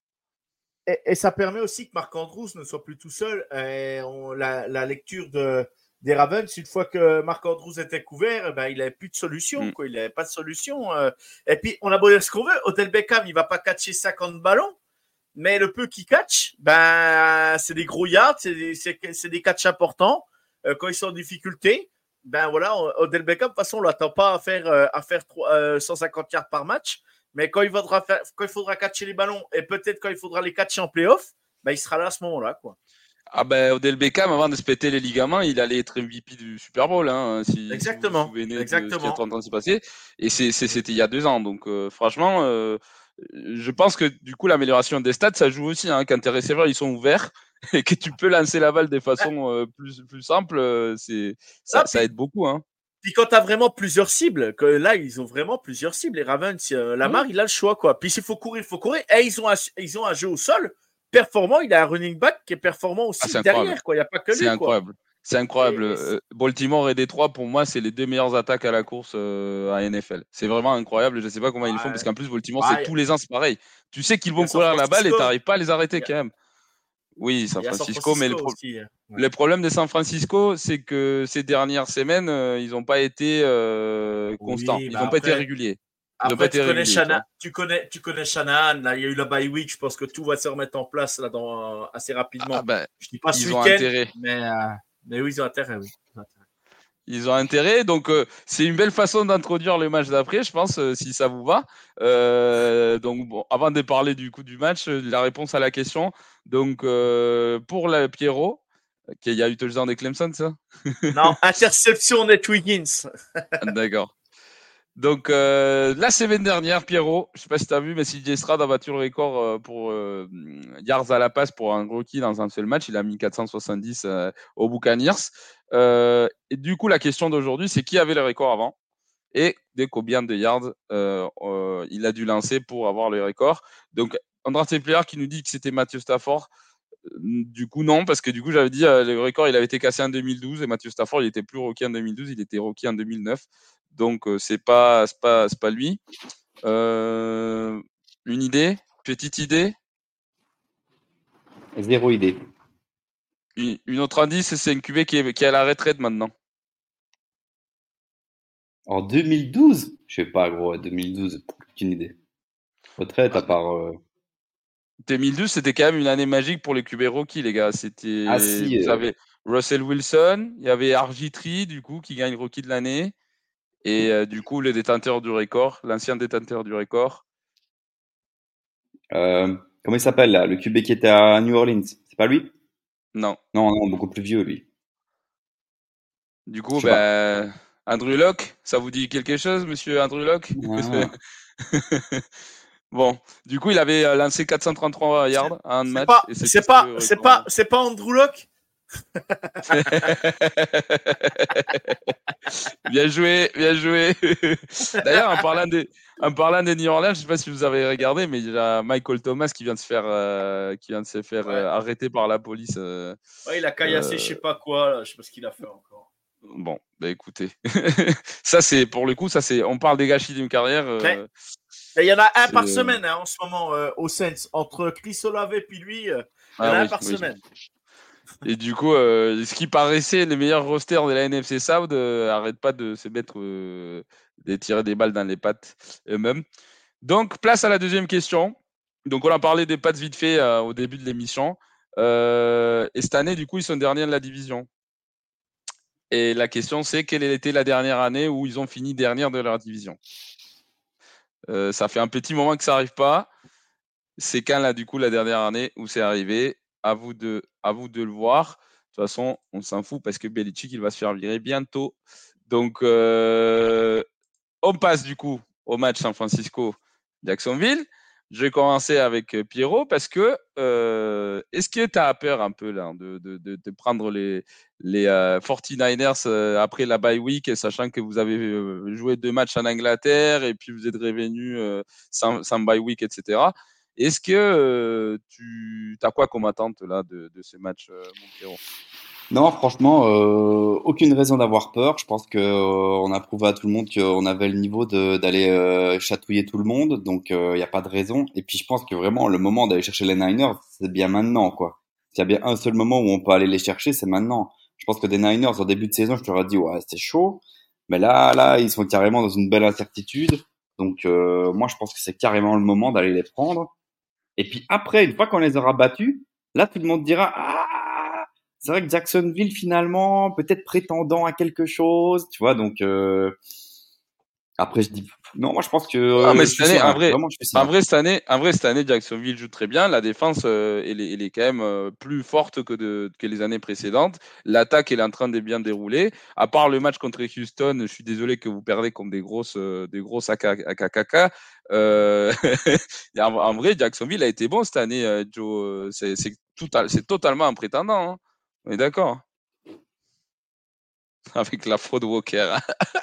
et, et ça permet aussi que Marc Andrews ne soit plus tout seul. Et on, la, la lecture de, des Ravens, une fois que Marc Andrews était couvert, eh ben, il n'avait plus de solution. Mm. Quoi. Il n'avait pas de solution. euh. Et puis, on a beau dire ce qu'on veut, Odell Beckham, il ne va pas catcher cinquante ballons. Mais le peu qui catch, ben, c'est des gros yards, c'est des, c'est, c'est des catchs importants. Euh, quand ils sont en difficulté, ben voilà, Odell Beckham, de toute façon, on ne l'attend pas à faire, euh, à faire euh, cent cinquante yards par match. Mais quand il, faudra faire, quand il faudra catcher les ballons et peut-être quand il faudra les catcher en playoff, ben, il sera là à ce moment-là. Quoi. Ah ben, Odell Beckham, avant de se péter les ligaments, il allait être M V P du Super Bowl, hein, si, Exactement. si vous vous souvenez Exactement. de ce qui est en train de se passer. Et c'est, c'est, c'était il y a deux ans. Donc, euh, franchement, euh, je pense que du coup, l'amélioration des stats, ça joue aussi. Hein, quand tes receveurs, ils sont ouverts et que tu peux lancer la balle de façon euh, plus, plus simple, euh, c'est, ça, Ah, ça puis, aide beaucoup. Hein. puis quand tu as vraiment plusieurs cibles, que là, ils ont vraiment plusieurs cibles, les Ravens, euh, Lamar, Oui. il a le choix, quoi. Puis s'il faut courir, il faut courir. Et ils ont un, ils ont un jeu au sol performant. Il a un running back qui est performant aussi Ah, c'est incroyable. derrière, quoi. Il n'y a pas que C'est lui, quoi. incroyable. C'est incroyable. Et- et Euh, Baltimore et Détroit, pour moi, c'est les deux meilleures attaques à la course euh, à N F L. C'est vraiment incroyable. Je ne sais pas comment ils le font, Ouais. parce qu'en plus, Baltimore, c'est Ouais, tous les ans, c'est pareil. Tu sais qu'ils il y vont a San courir la balle et tu Francisco. n'arrives pas à les arrêter Il y a, quand même. Oui, San il y a San Francisco, mais le, Francisco pro- aussi. Ouais. le problème de San Francisco, c'est que ces dernières semaines, euh, ils n'ont pas été euh, constants. Oui, Ils bah n'ont pas été après, réguliers. Ils n'ont pas après été tu connais réguliers, tu Shanahan, vois. tu connais, tu connais Shanahan. Là, il y a eu la bye week. Je pense que tout va se remettre en place là dans assez rapidement. Ah ben, Je dis pas ce ils ont week-end, intérêt. mais euh, mais oui, ils ont intérêt, oui. Ils ont intérêt. Ils ont intérêt, donc euh, c'est une belle façon d'introduire le match d'après, je pense, euh, si ça vous va. Euh, donc, bon, avant de parler du coup du match, euh, la réponse à la question. Donc, euh, pour la Pierrot, qu'il y a eu touchdown des Clemson, ça Non, interception net Wiggins. D'accord. Donc, euh, la semaine dernière, Pierrot, je sais pas si tu as vu, mais C J Stroud a battu le record euh, pour euh, yards à la passe pour un rookie dans un seul match. Il a mis quatre cent soixante-dix euh, aux Buccaneers. Euh, et du coup, la question d'aujourd'hui, c'est qui avait le record avant et dès combien de yards euh, euh, il a dû lancer pour avoir le record. Donc, André Player qui nous dit que c'était Matthew Stafford. Du coup, non, parce que du coup, j'avais dit euh, le record, il avait été cassé en deux mille douze et Matthew Stafford, il était plus rookie en deux mille douze, il était rookie en deux mille neuf. Donc, euh, c'est pas, c'est pas, c'est pas lui. Euh, une idée, petite idée. Zéro idée. Une, une autre indice, c'est un Q B qui est, qui est à la retraite maintenant. En deux mille douze? Je sais pas, gros, deux mille douze, aucune idée. Retraite, à part. euh, deux mille douze, c'était quand même une année magique pour les Q B rookies, les gars. C'était, Ah si, vous euh, avez Russell Wilson, il y avait R G trois, du coup, qui gagne rookie de l'année. Et euh, du coup, le détenteur du record, l'ancien détenteur du record. euh, comment il s'appelle là? Le Q B qui était à New Orleans. C'est pas lui? Non. Non, non, beaucoup plus vieux lui. Du Je coup, sais pas. ben, Andrew Locke, ça vous dit quelque chose, monsieur Andrew Locke? Ah. Bon, du coup, il avait euh, lancé quatre cent trente-trois C'est, yards à un c'est match pas, et c'était c'est ça pas, le c'est record. pas, c'est pas Andrew Locke. Bien joué, bien joué. D'ailleurs, en parlant des, en parlant des New Orleans, je sais pas si vous avez regardé, mais il y a Michael Thomas qui vient de se faire, euh, qui vient de se faire Ouais. euh, arrêter par la police. euh, Ouais, il a caillassé, euh, je sais pas quoi. Là. Je sais pas ce qu'il a fait encore. Bon, bah écoutez, ça c'est pour le coup, ça c'est, on parle des gâchis d'une carrière. euh, Mais il y en a un c'est, par euh, semaine hein, en ce moment euh, au Saints entre Chris Olave et puis lui. euh, il y en Ah a un oui, par oui. semaine. Et du coup, euh, ce qui paraissait les meilleurs rosters de la N F C South euh, arrête pas de se mettre, euh, de tirer des balles dans les pattes eux-mêmes. Donc, place à la deuxième question. Donc, on a parlé des Pats vite fait euh, au début de l'émission. Euh, et cette année, du coup, ils sont derniers de la division. Et la question, c'est quelle était la dernière année où ils ont fini dernière de leur division? Euh, ça fait un petit moment que ça n'arrive pas. C'est quand, là, du coup, la dernière année où c'est arrivé? À vous de, à vous de le voir. De toute façon, on s'en fout parce que Belichick, il va se faire virer bientôt. Donc, euh, on passe, du coup, au match San Francisco-Jacksonville. Je vais commencer avec euh, Pierrot parce que euh, est-ce que tu as peur un peu là de, de, de, de prendre les, les euh, forty-niners euh, après la bye week, sachant que vous avez euh, joué deux matchs en Angleterre et puis vous êtes revenu euh, sans, sans bye week, et cetera. Est-ce que euh, tu as quoi comme attente là de, de ce match, euh, mon Pierrot? Non, franchement, euh, aucune raison d'avoir peur. Je pense que euh, on a prouvé à tout le monde qu'on avait le niveau de d'aller euh, chatouiller tout le monde, donc il n'y a pas de raison. Et puis je pense que vraiment le moment d'aller chercher les Niners, c'est bien maintenant, quoi. S'il y a bien un seul moment où on peut aller les chercher, c'est maintenant. Je pense que des Niners au début de saison, je t'aurais dit ouais, c'est chaud, mais là, là, ils sont carrément dans une belle incertitude. Donc euh, moi, je pense que c'est carrément le moment d'aller les prendre. Et puis après, une fois qu'on les aura battus, là, tout le monde dira ah. C'est vrai que Jacksonville, finalement, peut-être prétendant à quelque chose, tu vois, donc euh, Après, je dis non, moi je pense que euh, Ah, mais je cette suis année, serein. en vrai, Vraiment, je suis en serein. vrai, cette année, en vrai, cette année, Jacksonville joue très bien. La défense, euh, elle, est, elle est quand même euh, plus forte que, de, que les années précédentes. L'attaque, elle est en train de bien dérouler. À part le match contre Houston, je suis désolé que vous perdez comme des grosses, euh, des grosses A K K. Euh, en, en vrai, Jacksonville a été bon cette année, euh, Joe. C'est, c'est, tout, c'est totalement un prétendant. Hein. On est d'accord. Avec la fraude Walker.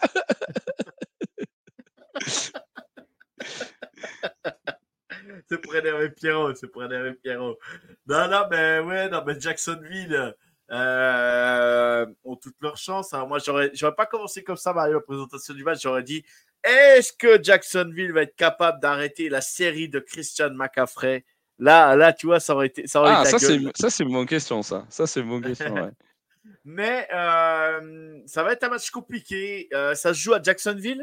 C'est pour énerver Pierrot, c'est pour énerver Pierrot. Non, non, mais ouais, non, mais Jacksonville euh, ont toutes leurs chances. Alors moi, j'aurais, j'aurais pas commencé comme ça, Mario, la présentation du match. J'aurais dit, est-ce que Jacksonville va être capable d'arrêter la série de Christian McCaffrey? Là, là, tu vois, ça aurait été, ça aurait Ah, été la ça c'est, gueule. ça c'est une bonne question, ça. Ça c'est une bonne question, ouais. Mais euh, ça va être un match compliqué. Euh, ça se joue à Jacksonville?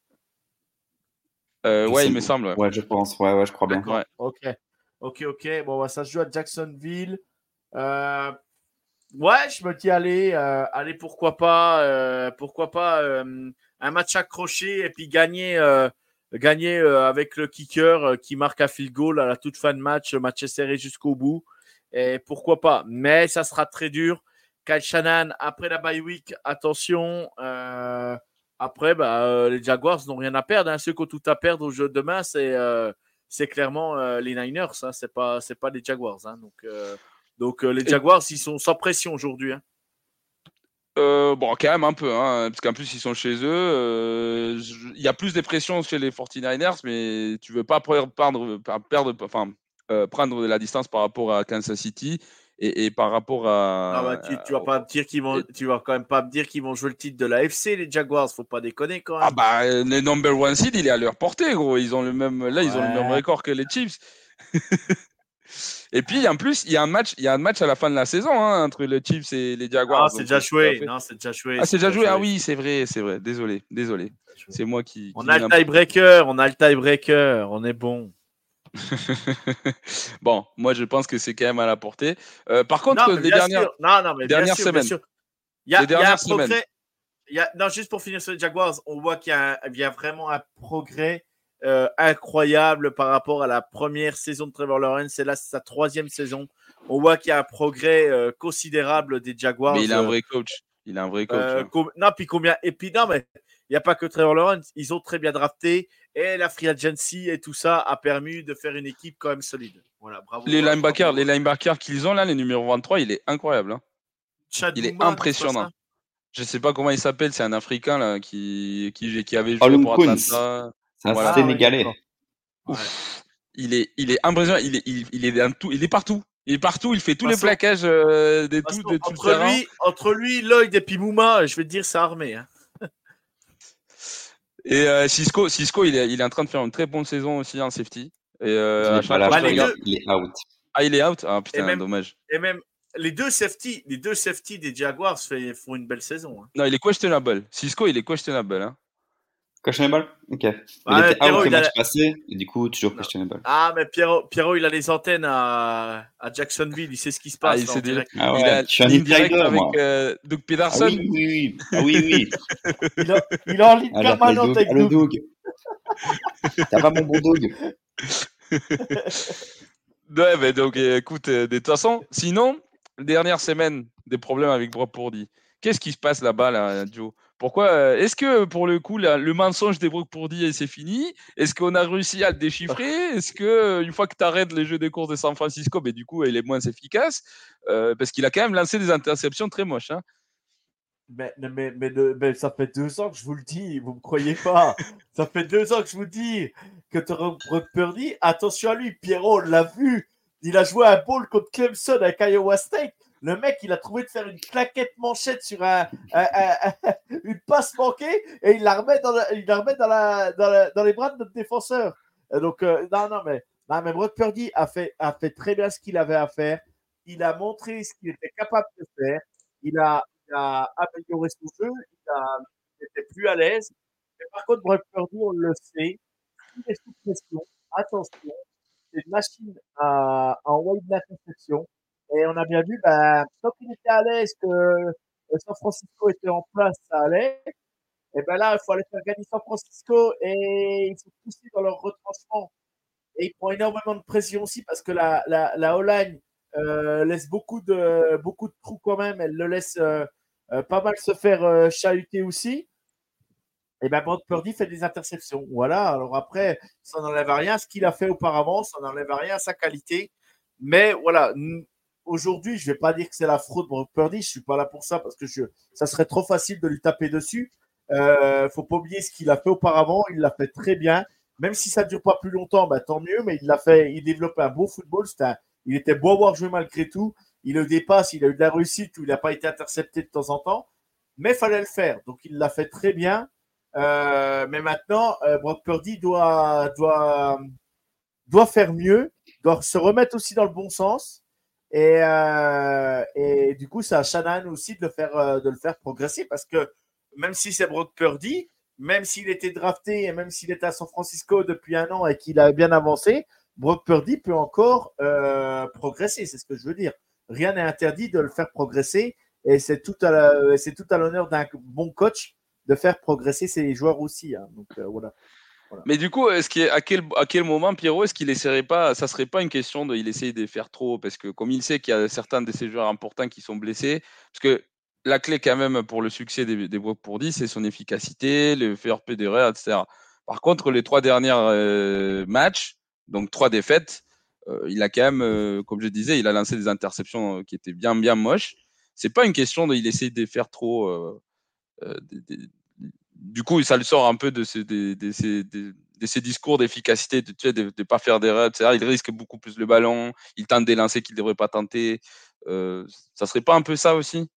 Euh, Je ouais, sais- il me semble. Ouais. Ouais, je pense. Ouais, ouais, je crois bien. D'accord. Ouais. Ok. Ok, ok. Bon, bah, ça se joue à Jacksonville. Euh, ouais, je me dis, allez, euh, allez, pourquoi pas, euh, pourquoi pas euh, un match accroché et puis gagner, euh, gagner euh, avec le kicker euh, qui marque un field goal à la toute fin de match. Le match est serré jusqu'au bout. Et pourquoi pas. Mais ça sera très dur. Kyle Shanahan, après la bye week, attention. Euh, après, bah, euh, les Jaguars n'ont rien à perdre. Hein. Ceux qui ont tout à perdre au jeu de demain, c'est euh, c'est clairement euh, les Niners. Hein. C'est pas, c'est pas les Jaguars. Hein. Donc, euh, donc euh, les Et- Jaguars, ils sont sans pression aujourd'hui. Hein. Euh, bon, quand même un peu, hein, parce qu'en plus ils sont chez eux. euh, je- Il y a plus de pression chez les forty-niners, mais tu veux pas perdre, perdre, perdre enfin, euh, prendre de la distance par rapport à Kansas City et, et par rapport Ah bah, à. tu, tu vas pas me dire qu'ils vont, et- tu vas quand même pas me dire qu'ils vont jouer le titre de la F C, les Jaguars. Faut pas déconner quand ah même. bah, le number one seed, il est à leur portée, gros. Ils ont le même, là, ils ont le même Ouais. record que les Chiefs. Et puis en plus, il y a un match, il y a un match à la fin de la saison hein, entre les Chiefs et les Non, Jaguars. c'est Donc déjà euh, tout à joué. fait. Non, c'est déjà joué. Ah, c'est C'est déjà déjà joué. Ah joué. oui, c'est vrai, c'est vrai. Désolé, désolé. C'est déjà joué. C'est moi qui, On qui a dis le n'importe quoi. tiebreaker. On a le tiebreaker. On est bon. Bon, moi je pense que c'est quand même à la portée. Euh, par Non, contre, mais les bien dernières, sûr. Non, non, mais bien dernières sûr, bien semaines, sûr. Il y a, les il y a un dernières semaines. progrès. Il y a, non, juste pour finir sur les Jaguars, on voit qu'il y a, un- il y a vraiment un progrès euh, incroyable par rapport à la première saison de Trevor Lawrence. Et là, c'est sa troisième saison. On voit qu'il y a un progrès euh, considérable des Jaguars. Mais il a un euh, vrai coach. Il a un vrai coach. euh, Hein. com- non, puis combien. Et puis, non, mais il n'y a pas que Trevor Lawrence. Ils ont très bien drafté. Et la free agency et tout ça a permis de faire une équipe quand même solide. Voilà, bravo. Les euh, linebackers, bravo. les linebackers qu'ils ont là, les numéro vingt-trois, il est incroyable. Hein. Chad Il est Muma, non, c'est pas impressionnant. ça? Je sais pas comment il s'appelle. C'est un Africain là qui, qui, qui avait joué Olun pour Kunz, Atlanta. c'est un Voilà. Ah, oui, Sénégalais. d'accord. Ouais. Ouf. Il est, il est impressionnant. Il est, il, il est dans tout. Il est partout. Il est partout. Il fait tous De les toute façon, plaquages euh, de de toute tout, façon, de tout le entre terrain. lui, entre lui, Lloyd et puis Mouma, je vais te dire, c'est armé. Hein. Et euh, Cisco, Cisco, il est, il est en train de faire une très bonne saison aussi en safety. Et euh, Il à est pas chaque là, fois Bah, que je je les crois. regarde, deux, Il est out. ah, il est out. Ah et putain, même, dommage. et même les deux safety, les deux safety des Jaguars fait- font une belle saison. Hein. Non, il est questionable. Cisco, il est questionable. Hein. Questionable? Ok. Mais il Ouais, était out Pierrot, le il a match la- passé, et du coup, toujours non. questionable. Ah, mais Pierrot, Pierrot, il a les antennes à, à Jacksonville. Il sait ce qui se Ah, passe il là en sait déjà. direct. Ah Il ouais, a je suis un ligne directe insider, avec moi. euh, Doug Ah Peterson. oui, oui, oui. Ah oui, oui. Il, a, il est en ligne Ah, j'appelle permanente Doug. avec Allô, Doug. Doug. Ça va, mon bon Doug? Ouais, mais donc euh, écoute, euh, de toute façon, sinon, dernière semaine, des problèmes avec Brock Purdy. Qu'est-ce qui se passe là-bas, là, Joe? Pourquoi euh, est-ce que pour le coup, là, le mensonge des Brock Purdy, c'est fini? Est-ce qu'on a réussi à le déchiffrer? Est-ce que euh, une fois que tu arrêtes les jeux de course de San Francisco, ben, du coup, il est moins efficace? Euh, parce qu'il a quand même lancé des interceptions très moches. Hein. Mais, mais, mais, de- mais ça fait deux ans que je vous le dis, vous me croyez pas. Ça fait deux ans que je vous dis que Brock Purdy, attention à lui, Pierrot l'a vu. Il a joué un ball contre Clemson avec Iowa State. Le mec, il a trouvé de faire une claquette manchette sur un, un- un- un- une passe manquée et il la remet dans, la- il la remet dans, la, dans, la- dans les bras de notre défenseur. Et donc, euh, non, non, mais, non, mais Brock Purdy a fait, a fait très bien ce qu'il avait à faire. Il a montré ce qu'il était capable de faire. Il a, il a amélioré son jeu, il, a, il était plus à l'aise. Mais par contre, Brock Purdy, on le sait, il est sous pression. Attention, c'est une machine à, à envoyer de l'interception. Et on a bien vu, ben, tant qu'il était à l'aise, que San Francisco était en place, ça allait. Et ben là, il faut aller faire gagner San Francisco et ils sont poussés dans leur retranchement. Et ils prennent énormément de pression aussi parce que la, la, la O-line euh, laisse beaucoup de, beaucoup de trous quand même. Elle le laisse euh, euh, pas mal se faire euh, chahuter aussi. Et ben Brock Purdy fait des interceptions. Voilà. Alors après, ça n'enlève rien à ce qu'il a fait auparavant, ça n'enlève rien à sa qualité. Mais voilà, aujourd'hui, je ne vais pas dire que c'est la fraude Brock Purdy. Je ne suis pas là pour ça parce que je, ça serait trop facile de lui taper dessus. Il euh, ne faut pas oublier ce qu'il a fait auparavant. Il l'a fait très bien. Même si ça ne dure pas plus longtemps, ben, tant mieux. Mais il l'a fait. Il développait un beau football. Un, il était beau à voir jouer malgré tout. Il le dépasse. Il a eu de la réussite où il n'a pas été intercepté de temps en temps. Mais il fallait le faire. Donc il l'a fait très bien. Euh, mais maintenant, euh, Brock Purdy doit, doit, doit faire mieux, doit se remettre aussi dans le bon sens. Et, euh, et du coup, c'est à Shanahan aussi de le, faire, euh, de le faire progresser parce que même si c'est Brock Purdy, même s'il était drafté et même s'il était à San Francisco depuis un an et qu'il a bien avancé, Brock Purdy peut encore euh, progresser. C'est ce que je veux dire. Rien n'est interdit de le faire progresser et c'est tout à, la, c'est tout à l'honneur d'un bon coach de faire progresser ses joueurs aussi. Hein. Donc, euh, voilà. Voilà. Mais du coup, est-ce qu'il, à, quel, à quel moment, Pierrot, est-ce qu'il essaierait pas, ça serait pas une question de, il essaye de faire trop, parce que comme il sait qu'il y a certains de ces joueurs importants qui sont blessés, parce que la clé quand même pour le succès des, des Brock Purdy, c'est son efficacité, le fair play des erreurs, et cetera. Par contre, les trois derniers euh, matchs, donc trois défaites, euh, il a quand même, euh, comme je disais, il a lancé des interceptions qui étaient bien, bien moches. C'est pas une question de, il essaye de faire trop. Euh, euh, des, des, du coup, ça le sort un peu de ces, de, de ces, de, de ces discours d'efficacité, de ne de, de pas faire d'erreur, et cetera. Il risque beaucoup plus le ballon, il tente des lancers qu'il ne devrait pas tenter. Euh, ça serait pas un peu ça aussi?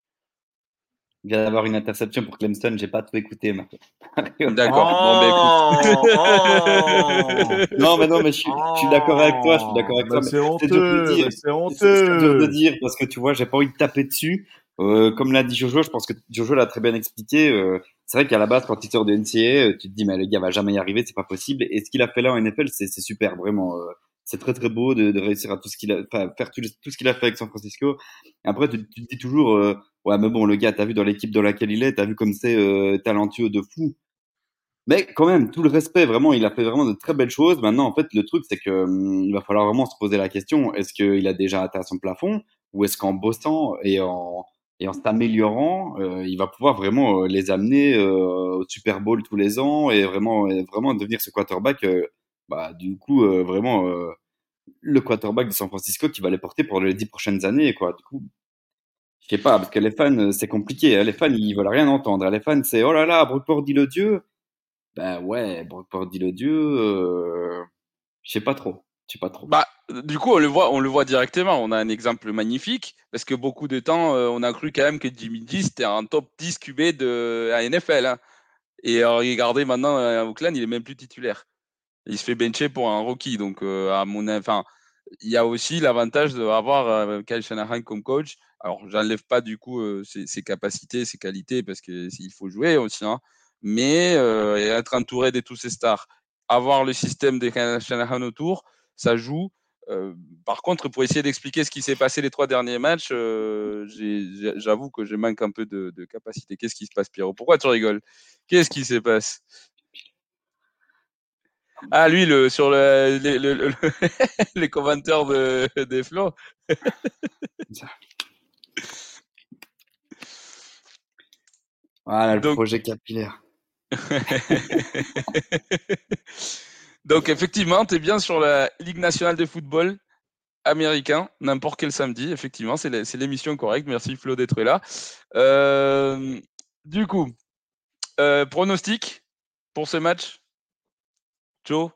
Il vient d'avoir une interception pour Clemson, j'ai pas tout écouté. Mais... D'accord. Oh, bon, ben écoute. Oh non, mais non, mais je suis, oh je suis d'accord avec toi. Je suis d'accord avec toi. C'est honteux. C'est honteux. C'est dur de dire parce que tu vois, j'ai pas envie de taper dessus. Euh, comme l'a dit Jojo, je pense que Jojo l'a très bien expliqué. Euh, c'est vrai qu'à la base, quand il sort de N C A A, tu te dis, mais le gars va jamais y arriver, c'est pas possible. Et ce qu'il a fait là en N F L, c'est, c'est super, vraiment. Euh, c'est très très beau de, de réussir à tout ce qu'il a, enfin, faire tout, tout ce qu'il a fait avec San Francisco. Et après, tu, tu te dis toujours, euh, ouais, mais bon, le gars, t'as vu dans l'équipe dans laquelle il est, t'as vu comme c'est euh, talentueux de fou. Mais quand même, tout le respect, vraiment, il a fait vraiment de très belles choses. Maintenant, en fait, le truc, c'est que hum, il va falloir vraiment se poser la question, est-ce qu'il a déjà atteint son plafond ou est-ce qu'en bossant et en et en s'améliorant, euh, il va pouvoir vraiment euh, les amener euh, au Super Bowl tous les ans et vraiment et vraiment devenir ce quarterback, euh, bah, du coup, euh, vraiment euh, le quarterback de San Francisco qui va les porter pour les dix prochaines années, quoi. Du coup, je sais pas, parce que les fans, c'est compliqué. Hein. Les fans, ils veulent rien entendre. Les fans, c'est oh là là, Brock Purdy le dieu. Ben ouais, Brock Purdy le dieu, euh, je sais pas trop. Je sais pas trop. Bah, du coup, on le voit, on le voit directement. On a un exemple magnifique parce que beaucoup de temps, euh, on a cru quand même que Jimmy G c'était un top dix Q B de la N F L. Hein. Et euh, regardez maintenant à Oakland, il est même plus titulaire. Il se fait bencher pour un rookie. Donc, euh, à mon enfin, il y a aussi l'avantage d'avoir euh, Kyle Shanahan comme coach. Alors, j'enlève pas du coup euh, ses, ses capacités, ses qualités parce que il faut jouer aussi. Hein. Mais euh, être entouré de tous ces stars, avoir le système de Shanahan autour, ça joue. Euh, par contre, pour essayer d'expliquer ce qui s'est passé les trois derniers matchs, euh, j'ai, j'avoue que je manque un peu de, de capacité. Qu'est-ce qui se passe, Pierrot? Pourquoi tu rigoles? Qu'est-ce qui se passe? Ah, lui, le, sur le, le, le, le les commentaires de, des flots. Voilà, le Donc... projet capillaire. Donc, effectivement, tu es bien sur la Ligue nationale de football américain, n'importe quel samedi. Effectivement, c'est, la, c'est l'émission correcte. Merci, Flo, d'être là. Euh, du coup, euh, pronostic pour ce match, Joe?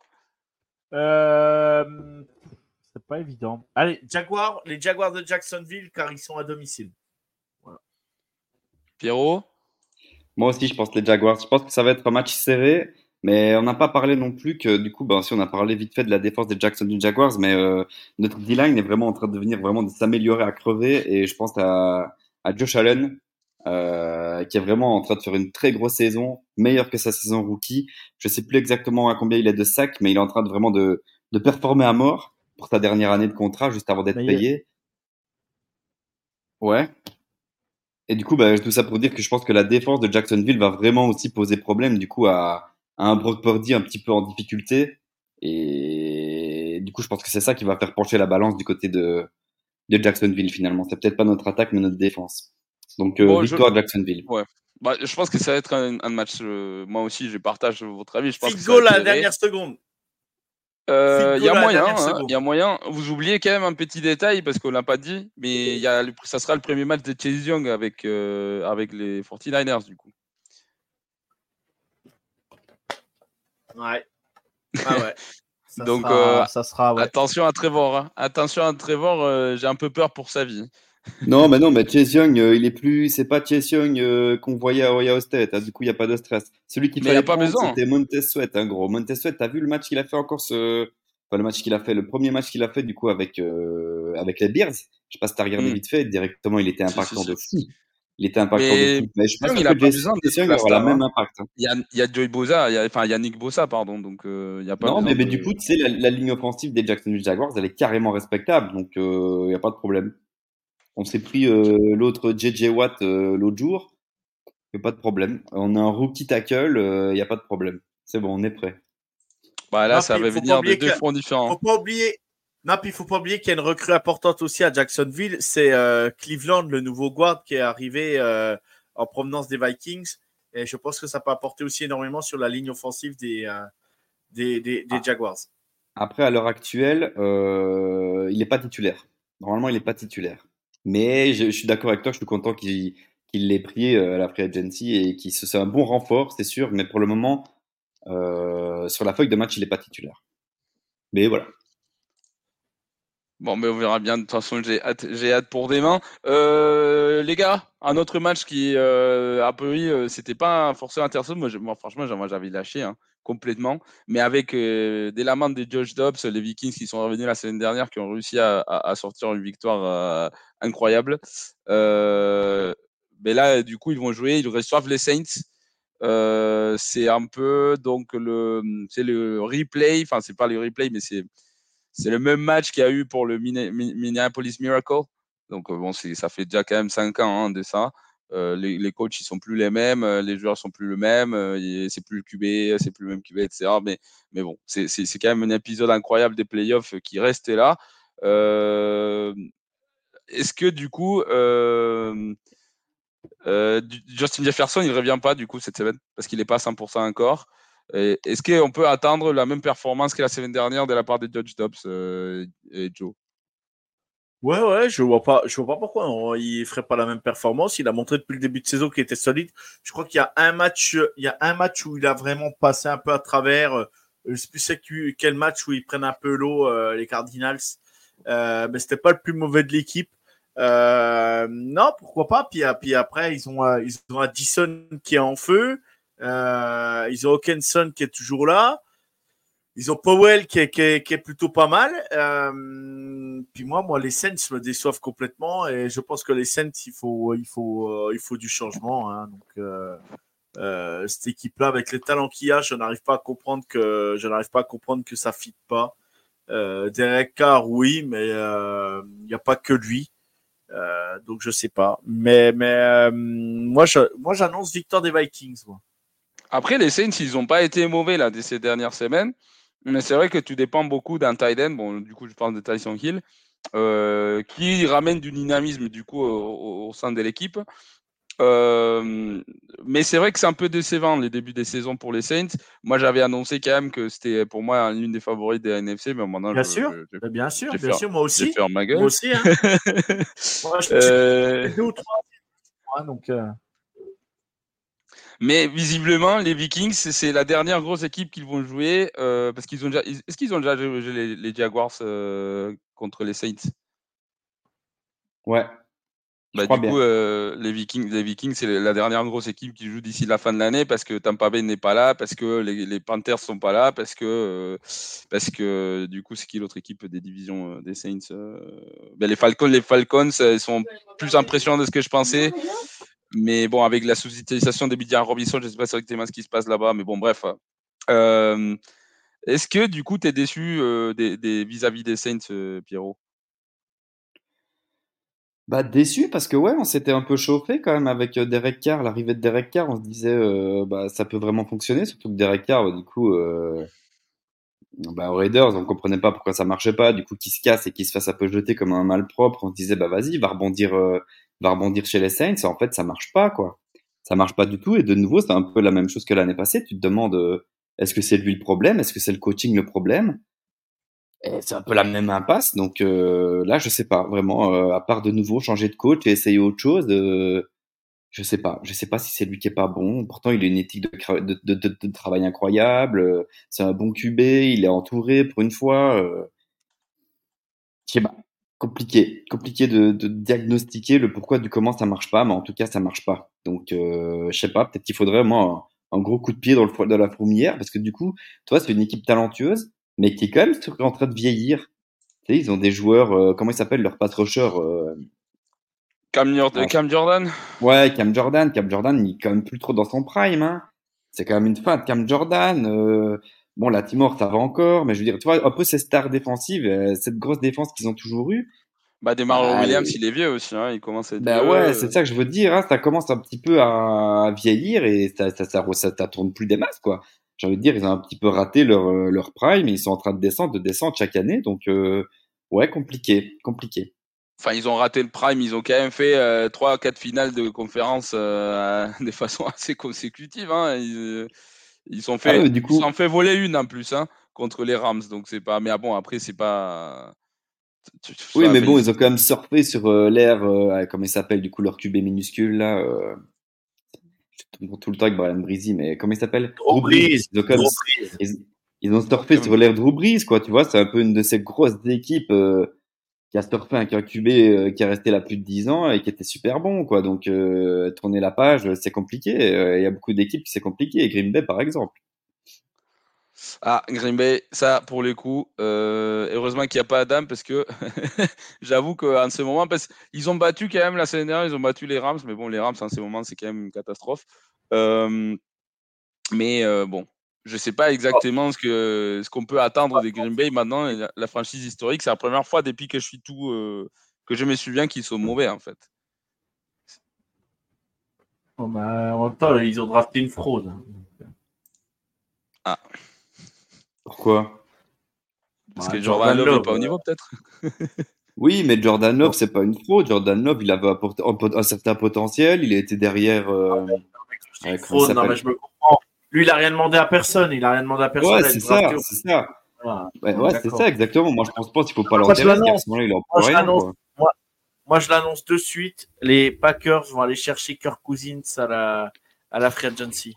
euh, C'est pas évident. Allez, Jaguars, les Jaguars de Jacksonville, car ils sont à domicile. Voilà. Pierrot? Moi aussi, je pense les Jaguars. Je pense que ça va être un match serré. Mais on n'a pas parlé non plus que, du coup, ben, si on a parlé vite fait de la défense des Jacksonville Jaguars, mais euh, notre D-line est vraiment en train de devenir vraiment de s'améliorer à crever. Et je pense à, à Josh Allen, euh, qui est vraiment en train de faire une très grosse saison, meilleure que sa saison rookie. Je sais plus exactement à combien il est de sacs, mais il est en train de vraiment de, de performer à mort pour sa dernière année de contrat, juste avant d'être mais payé. A... Ouais. Et du coup, bah, tout ça pour dire que je pense que la défense de Jacksonville va vraiment aussi poser problème du coup à, à un Brock Purdy un petit peu en difficulté. Et du coup, je pense que c'est ça qui va faire pencher la balance du côté de, de Jacksonville finalement. C'est peut-être pas notre attaque, mais notre défense. Donc, euh, Bon, je... victoire de Jacksonville. Ouais. Bah, je pense que ça va être un, un match. Euh, moi aussi, je partage votre avis. Je pense Field que ça va goal être à la serré. dernière seconde. Euh, Il y Field a goal à la moyen, dernière hein, seconde. il y a moyen. Vous oubliez quand même un petit détail parce qu'on l'a pas dit, mais il y a le- ça sera le premier match de Chase Young avec euh, avec les forty-niners du coup. Ouais. Ah ouais. Ça Donc sera, euh, ça sera, ouais. attention à Trevor. Hein. Attention à Trevor. euh, J'ai un peu peur pour sa vie. Non, mais non, mais Chase Young, euh, il est plus, c'est pas Chase Young euh, qu'on voyait à Ohio State. Hein, du coup, il y a pas de stress. Celui qu'il Mais il n'y a fallait pas prendre, besoin. c'était Montez Sweat, hein, gros. Montez Sweat, t'as vu le match qu'il a fait encore ce, enfin, le match qu'il a fait, le premier match qu'il a fait du coup avec euh, avec les Bears. Je sais pas si t'as regardé Hmm. vite fait. Directement, il était Si, si, impactant si. de fou. Il était impactant de Mais fou. Mais je suis pas Young, sûr il n'a que pas Chase besoin Chase d'être Young la aura la star. Hein. même impact. Hein. Il y a, il y a Joey Bosa, il y a, enfin il y a Nick Bosa, pardon. Donc euh, il n'y a pas Non, besoin mais, mais de. du coup, tu sais, la, la ligne offensive des Jacksonville Jaguars, elle est carrément respectable. Donc, il y a pas de problème. On s'est pris euh, l'autre J J Watt euh, l'autre jour. Y a pas de problème. On a un rookie tackle, il n'y a pas de problème. C'est bon, on est prêt. Bah là, Non, ça puis va faut pas venir de oublier deux que, fronts différents. faut pas oublier. Non, puis il faut pas oublier qu'il y a une recrue importante aussi à Jacksonville. C'est euh, Cleveland, le nouveau guard qui est arrivé euh, en provenance des Vikings. Et je pense que ça peut apporter aussi énormément sur la ligne offensive des, euh, des, des, des Ah. Jaguars. Après, à l'heure actuelle, euh, il n'est pas titulaire. Normalement, il n'est pas titulaire. Mais je, je suis d'accord avec toi, je suis content qu'il qu'il l'ait pris euh, à la free agency et qu'il se c'est un bon renfort, c'est sûr. Mais pour le moment, euh, sur la feuille de match, il n'est pas titulaire. Mais voilà. Bon, mais on verra bien. De toute façon, j'ai hâte, j'ai hâte pour demain. Euh, les gars, un autre match qui, euh, a priori, euh, c'était pas forcément intéressant. Moi, je- moi franchement, moi, j'avais lâché hein, complètement. Mais avec euh, des lamandes de Josh Dobbs, les Vikings qui sont revenus la semaine dernière, qui ont réussi à, à- à sortir une victoire euh, incroyable. Euh, mais là, du coup, ils vont jouer, ils reçoivent les Saints. Euh, c'est un peu donc le, c'est le replay. Enfin, c'est pas le replay, mais c'est c'est le même match qu'il y a eu pour le Minneapolis Miracle. Donc, euh, bon, c'est, ça fait déjà quand même cinq ans hein, de ça. Euh, les, les coachs, ils sont plus les mêmes, euh, les joueurs sont plus les mêmes, euh, c'est plus le Q B, c'est plus le même Q B, et cetera. Mais, mais bon, c'est, c'est, c'est quand même un épisode incroyable des playoffs qui reste là. Euh, est-ce que du coup, euh, euh, Justin Jefferson, il ne revient pas du coup cette semaine parce qu'il n'est pas à cent pour cent encore. Et est-ce qu'on peut attendre la même performance que la semaine dernière de la part des Judge Dobbs euh, et Joe? Ouais, ouais, je vois pas, je vois pas pourquoi on, il ferait pas la même performance. Il a montré depuis le début de saison qu'il était solide. Je crois qu'il y a un match, il y a un match où il a vraiment passé un peu à travers. Je sais plus c'est quel match où ils prennent un peu l'eau, euh, les Cardinals. Euh, mais c'était pas le plus mauvais de l'équipe. Euh, non, pourquoi pas. Puis, puis après, ils ont, ils ont Addison qui est en feu. Euh, ils ont Hawkinson qui est toujours là. Ils ont Powell qui est, qui est, qui est plutôt pas mal. Euh, puis moi, moi, les Saints me déçoivent complètement et je pense que les Saints, il faut, il faut, euh, il faut du changement. Hein. Donc, euh, euh, cette équipe-là, avec les talents qu'il y a, je n'arrive pas à comprendre que, je n'arrive pas à comprendre que ça fit pas. Euh, Derek Carr, oui, mais il euh, n'y a pas que lui. Euh, donc je sais pas. Mais, mais euh, moi, je, moi, j'annonce victoire des Vikings. Moi. Après, les Saints, ils n'ont pas été mauvais là ces dernières semaines. Mais c'est vrai que tu dépends beaucoup d'un tight end. Bon, du coup, je parle de Tyson Hill, euh, qui ramène du dynamisme du coup au, au sein de l'équipe. Euh, mais c'est vrai que c'est un peu décevant les débuts des saisons pour les Saints. Moi, j'avais annoncé quand même que c'était pour moi l'une des favorites des N F C, mais maintenant, bien je, sûr, je, je, bien sûr, j'ai bien fait, sûr, moi aussi, j'ai fait ma gueule. moi aussi. Hein. moi, je euh... deux ou trois. Hein, donc. Euh... Mais visiblement, les Vikings, c'est la dernière grosse équipe qu'ils vont jouer euh, parce qu'ils ont déjà. Est-ce qu'ils ont déjà joué les, les Jaguars euh, contre les Saints? Ouais. Bah, du coup, euh, les Vikings, les Vikings, c'est la dernière grosse équipe qui joue d'ici la fin de l'année parce que Tampa Bay n'est pas là, parce que les, les Panthers sont pas là, parce que euh, parce que du coup, c'est qui l'autre équipe des divisions euh, des Saints euh... ben, les Falcons, les Falcons, ils sont plus impressionnants de ce que je pensais. Mais bon, avec la sous-utilisation des Bijan Robinson, je ne sais pas exactement ce qui se passe là-bas, mais bon, bref. Euh, est-ce que du coup, tu es déçu euh, des, des, vis-à-vis des Saints, euh, Pierrot? Bah déçu parce que ouais, on s'était un peu chauffé quand même avec euh, Derek Carr, l'arrivée de Derek Carr, on se disait euh, bah ça peut vraiment fonctionner, surtout que Derek Carr, bah, du coup, euh, bah aux Raiders, on comprenait pas pourquoi ça marchait pas, du coup qu'il se casse et qu'il se fasse un peu jeter comme un malpropre, on se disait bah vas-y, va rebondir, euh, va rebondir chez les Saints, et en fait ça marche pas quoi, ça marche pas du tout et de nouveau c'est un peu la même chose que l'année passée, tu te demandes euh, est-ce que c'est lui le problème, est-ce que c'est le coaching le problème? Et c'est un peu la même impasse, donc euh, là je sais pas vraiment, euh, à part de nouveau changer de coach et essayer autre chose. Euh, je sais pas. Je sais pas si c'est lui qui est pas bon. Pourtant, il a une éthique de, cra- de, de, de- de travail incroyable. euh, C'est un bon Q B. Il est entouré pour une fois. Euh, je sais pas. Compliqué. Compliqué de, de diagnostiquer le pourquoi du comment ça marche pas. Mais en tout cas, ça marche pas. Donc, euh, je sais pas. Peut-être qu'il faudrait vraiment un, un gros coup de pied dans le fo- dans la fourmilière parce que du coup, toi, c'est une équipe talentueuse, mais qui est quand même sur- en train de vieillir. Tu sais, ils ont des joueurs. Euh, comment ils s'appellent leur pass rusher euh, Cam, Jord- ah, Cam Jordan. Ouais, Cam Jordan, Cam Jordan, il est quand même plus trop dans son prime, hein. C'est quand même une fin de Cam Jordan. Euh, bon, la Timor, ça va encore, mais je veux dire, tu vois, un peu ces stars défensives, euh, cette grosse défense qu'ils ont toujours eue, Bah, Demar bah, Williams, les- il est vieux aussi, hein, il commence à être bah vieux. ouais, c'est euh. ça que je veux dire, hein, ça commence un petit peu à vieillir et ça, ça, ça, ça, ça tourne plus des masses, quoi. J'ai envie de dire, ils ont un petit peu raté leur, euh, leur prime et ils sont en train de descendre, de descendre chaque année, donc, euh, ouais, compliqué, compliqué. Enfin, ils ont raté le prime, ils ont quand même fait euh, trois à quatre finales de conférence euh, de façon assez consécutive. Hein. Ils, euh, ils sont Ah fait, ouais, du ils s'en coup, fait voler une en plus, hein, contre les Rams. Donc c'est pas. Mais ah bon, après c'est pas. tu- tu- oui, Enfin, mais enfin, bon, ils- ils ont quand même surfé sur euh, l'air, euh, comment il s'appelle, du coup, leur Q B minuscule, là, euh, je tombe tout le temps avec Brian Breezy, mais comment il s'appelle? Drew Drew Brees. Brees, Ils ont, quand même, Drew Brees. ils, ils ont surfé comme- sur l'air Drew Brees, quoi, tu vois, c'est un peu une de ces grosses équipes euh, qui a surfé avec un Q B euh, qui est resté là plus de dix ans et qui était super bon, quoi, donc euh, tourner la page, c'est compliqué, Euh, il y a beaucoup d'équipes qui c'est compliqué, Green Bay, par exemple. Ah, Green Bay, ça pour le coup, euh, heureusement qu'il n'y a pas Adam parce que j'avoue qu'en ce moment, parce qu'ils ont battu quand même la semaine dernière, ils ont battu les Rams, mais bon, les Rams en ce moment, c'est quand même une catastrophe. Euh, Mais euh, bon, je sais pas exactement ce que ce qu'on peut attendre des Green Bay maintenant. Et La, la franchise historique, c'est la première fois depuis que je suis tout euh, que je me souviens qu'ils sont mauvais en fait. Bon, bah, en même temps, ils ont drafté une fraude, hein. Ah, Pourquoi? parce Bah, que Jordan Jordan Love est Love. pas au euh, niveau peut-être. Oui, mais Jordan Love, bon, c'est pas une fraude. Jordan Love, il avait apporté un, pot- un certain potentiel, il était derrière, euh, c'est une euh, comment il fraude, non, mais s'appelle? je me comprends. Lui, il a rien demandé à personne. Il a rien demandé à personne Ouais, à c'est être drafté. ça, c'est ça. Voilà, Ouais, on est ouais, c'est ça, d'accord. exactement. Moi, je pense pas qu'il faut pas Moi, je l'enterrer, ce l'annonce. garçon-là, il en Moi, peut je rien, l'annonce. quoi. Moi, moi, je l'annonce de suite. Les Packers vont aller chercher Kirk Cousins à la, à la free agency.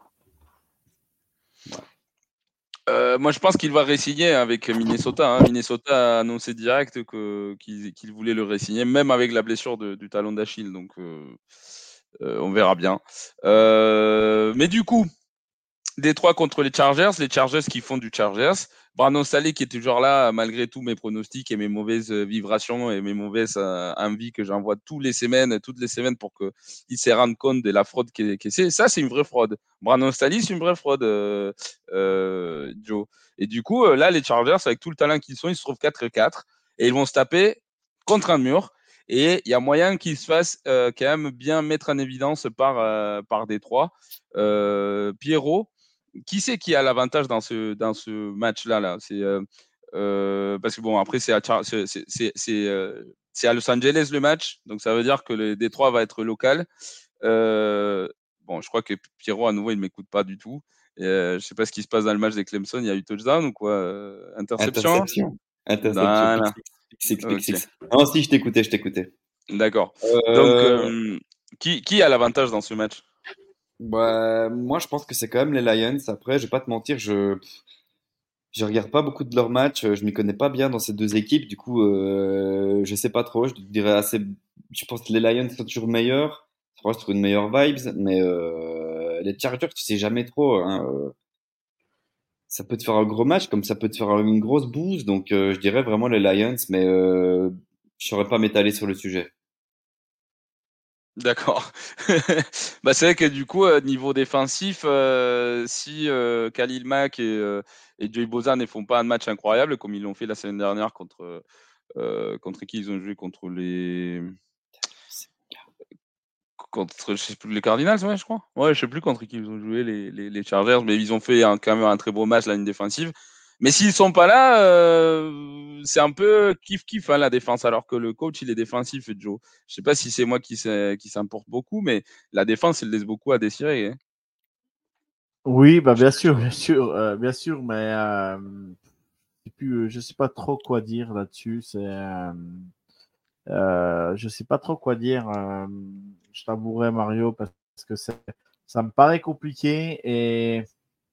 Euh, moi, je pense qu'il va re-signer avec Minnesota. Hein. Minnesota a annoncé direct que, qu'il, qu'il voulait le re-signer, même avec la blessure de- du talon d'Achille. Donc, euh, euh, on verra bien. Euh, mais du coup, Détroit contre les Chargers, les Chargers qui font du Chargers. Brandon Staley qui est toujours là malgré tous mes pronostics et mes mauvaises vibrations et mes mauvaises euh, envies que j'envoie toutes les semaines, toutes les semaines pour qu'il se rende compte de la fraude que, que c'est. Ça, c'est une vraie fraude. Brandon Staley, c'est une vraie fraude, euh, euh, Joe. Et du coup, euh, là, les Chargers, avec tout le talent qu'ils sont, ils se trouvent quatre quatre et ils vont se taper contre un mur. Et il y a moyen qu'ils se fassent euh, quand même bien mettre en évidence par, euh, par Détroit. Euh, Pierrot, qui c'est qui a l'avantage dans ce, dans ce match-là là C'est euh, euh, parce que bon, après, c'est à, c'est, c'est, c'est, euh, c'est à Los Angeles le match, donc ça veut dire que le Détroit va être local. Euh, bon, je crois que Pierrot, à nouveau, il ne m'écoute pas du tout. Et, euh, je sais pas ce qui se passe dans le match des Clemson. Il y a eu touchdown ou quoi euh, Interception. Interception. Interception. Pick Voilà. six, pick six, pick Ok. six. Non, si, je t'écoutais, je t'écoutais. D'accord. Donc, Euh, euh, qui, qui a l'avantage dans ce match bah, moi, je pense que c'est quand même les Lions. Après, je vais pas te mentir, je, je regarde pas beaucoup de leurs matchs. Je m'y connais pas bien dans ces deux équipes. Du coup, euh, je sais pas trop. Je te dirais assez, je pense que les Lions sont toujours meilleurs. Je crois sur une meilleure vibes, mais euh, les Chargers, tu sais jamais trop, hein. Euh, ça peut te faire un gros match, comme ça peut te faire une grosse bouse. Donc, euh, je dirais vraiment les Lions, mais euh, je saurais pas m'étaler sur le sujet. D'accord. Bah, c'est vrai que du coup, euh, niveau défensif, euh, si euh, Khalil Mack et, euh, et Joey Bosa ne font pas un match incroyable, comme ils l'ont fait la semaine dernière contre, euh, contre qui ils ont joué contre les. Contre, je sais plus, les Cardinals, ouais, je crois. Ouais, je sais plus contre qui ils ont joué, les, les, les Chargers, mais ils ont fait un, quand même un très beau match, la ligne défensive. Mais s'ils sont pas là, euh, c'est un peu kiff-kiff hein, la défense, alors que le coach, il est défensif, Joe. Je sais pas si c'est moi qui, qui s'importe beaucoup, mais la défense, il laisse beaucoup à désirer. Hein. Oui, bah bien sûr, bien sûr, euh, bien sûr, mais euh, plus, je sais pas trop quoi dire là-dessus. C'est, euh, euh, je sais pas trop quoi dire. Euh, je t'avouerai, Mario, parce que c'est, ça me paraît compliqué et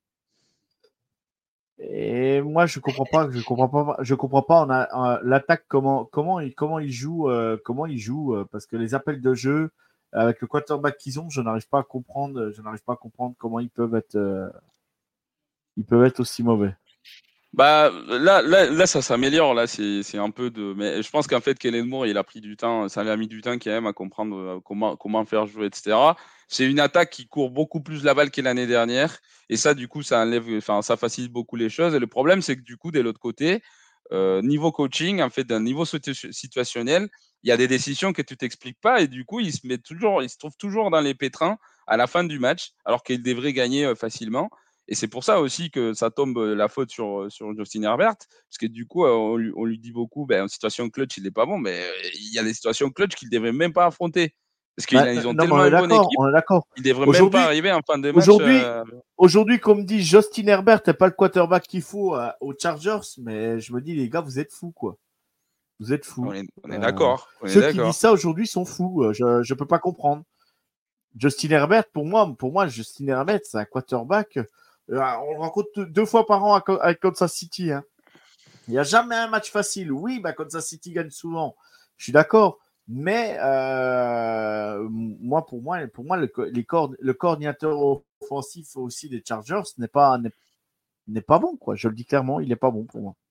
et moi je comprends pas, je comprends pas, je comprends pas. On a euh, l'attaque comment comment il comment il joue, euh, comment il joue euh, parce que les appels de jeu avec le quarterback qu'ils ont, je n'arrive pas à comprendre, je n'arrive pas à comprendre comment ils peuvent être, euh, ils peuvent être aussi mauvais. Bah là, là, là, ça s'améliore. Là, c'est, c'est un peu de. Mais je pense qu'en fait, Kellen Moore, il a pris du temps. Ça lui a mis du temps quand même à comprendre euh, comment comment faire jouer, et cetera. C'est une attaque qui court beaucoup plus la balle que l'année dernière, et ça, du coup, ça enlève, enfin, ça facilite beaucoup les choses. Et le problème, c'est que du coup, de l'autre côté, euh, niveau coaching, en fait, d'un niveau situationnel, il y a des décisions que tu t'expliques pas, et du coup, il se met toujours, il se trouve toujours dans les pétrins à la fin du match, alors qu'il devrait gagner euh, facilement. Et c'est pour ça aussi que ça tombe la faute sur, sur Justin Herbert, parce que du coup, on lui, on lui dit beaucoup, ben, en situation clutch, il n'est pas bon, mais il y a des situations clutch qu'il ne devrait même pas affronter. Parce qu'ils Bah, ont non, tellement une bonne équipe, on est d'accord. il ne devrait même pas arriver en fin de match. Aujourd'hui, euh... aujourd'hui comme dit Justin Herbert, n'est pas le quarterback qu'il faut euh, aux Chargers, mais je me dis, les gars, vous êtes fous, quoi. Vous êtes fous. On est, on est euh, d'accord. On ceux est qui d'accord. disent ça aujourd'hui sont fous. Je ne peux pas comprendre. Justin Herbert, pour moi, pour moi, Justin Herbert, c'est un quarterback. Euh, on le rencontre deux fois par an avec Kansas City. Hein. Il n'y a jamais un match facile. Oui, bah, Kansas City gagne souvent. Je suis d'accord. Mais euh, moi, pour moi, pour moi, le, les cord, le coordinateur offensif aussi des Chargers n'est pas n'est, n'est pas bon, quoi. Je le dis clairement, il n'est pas bon pour moi.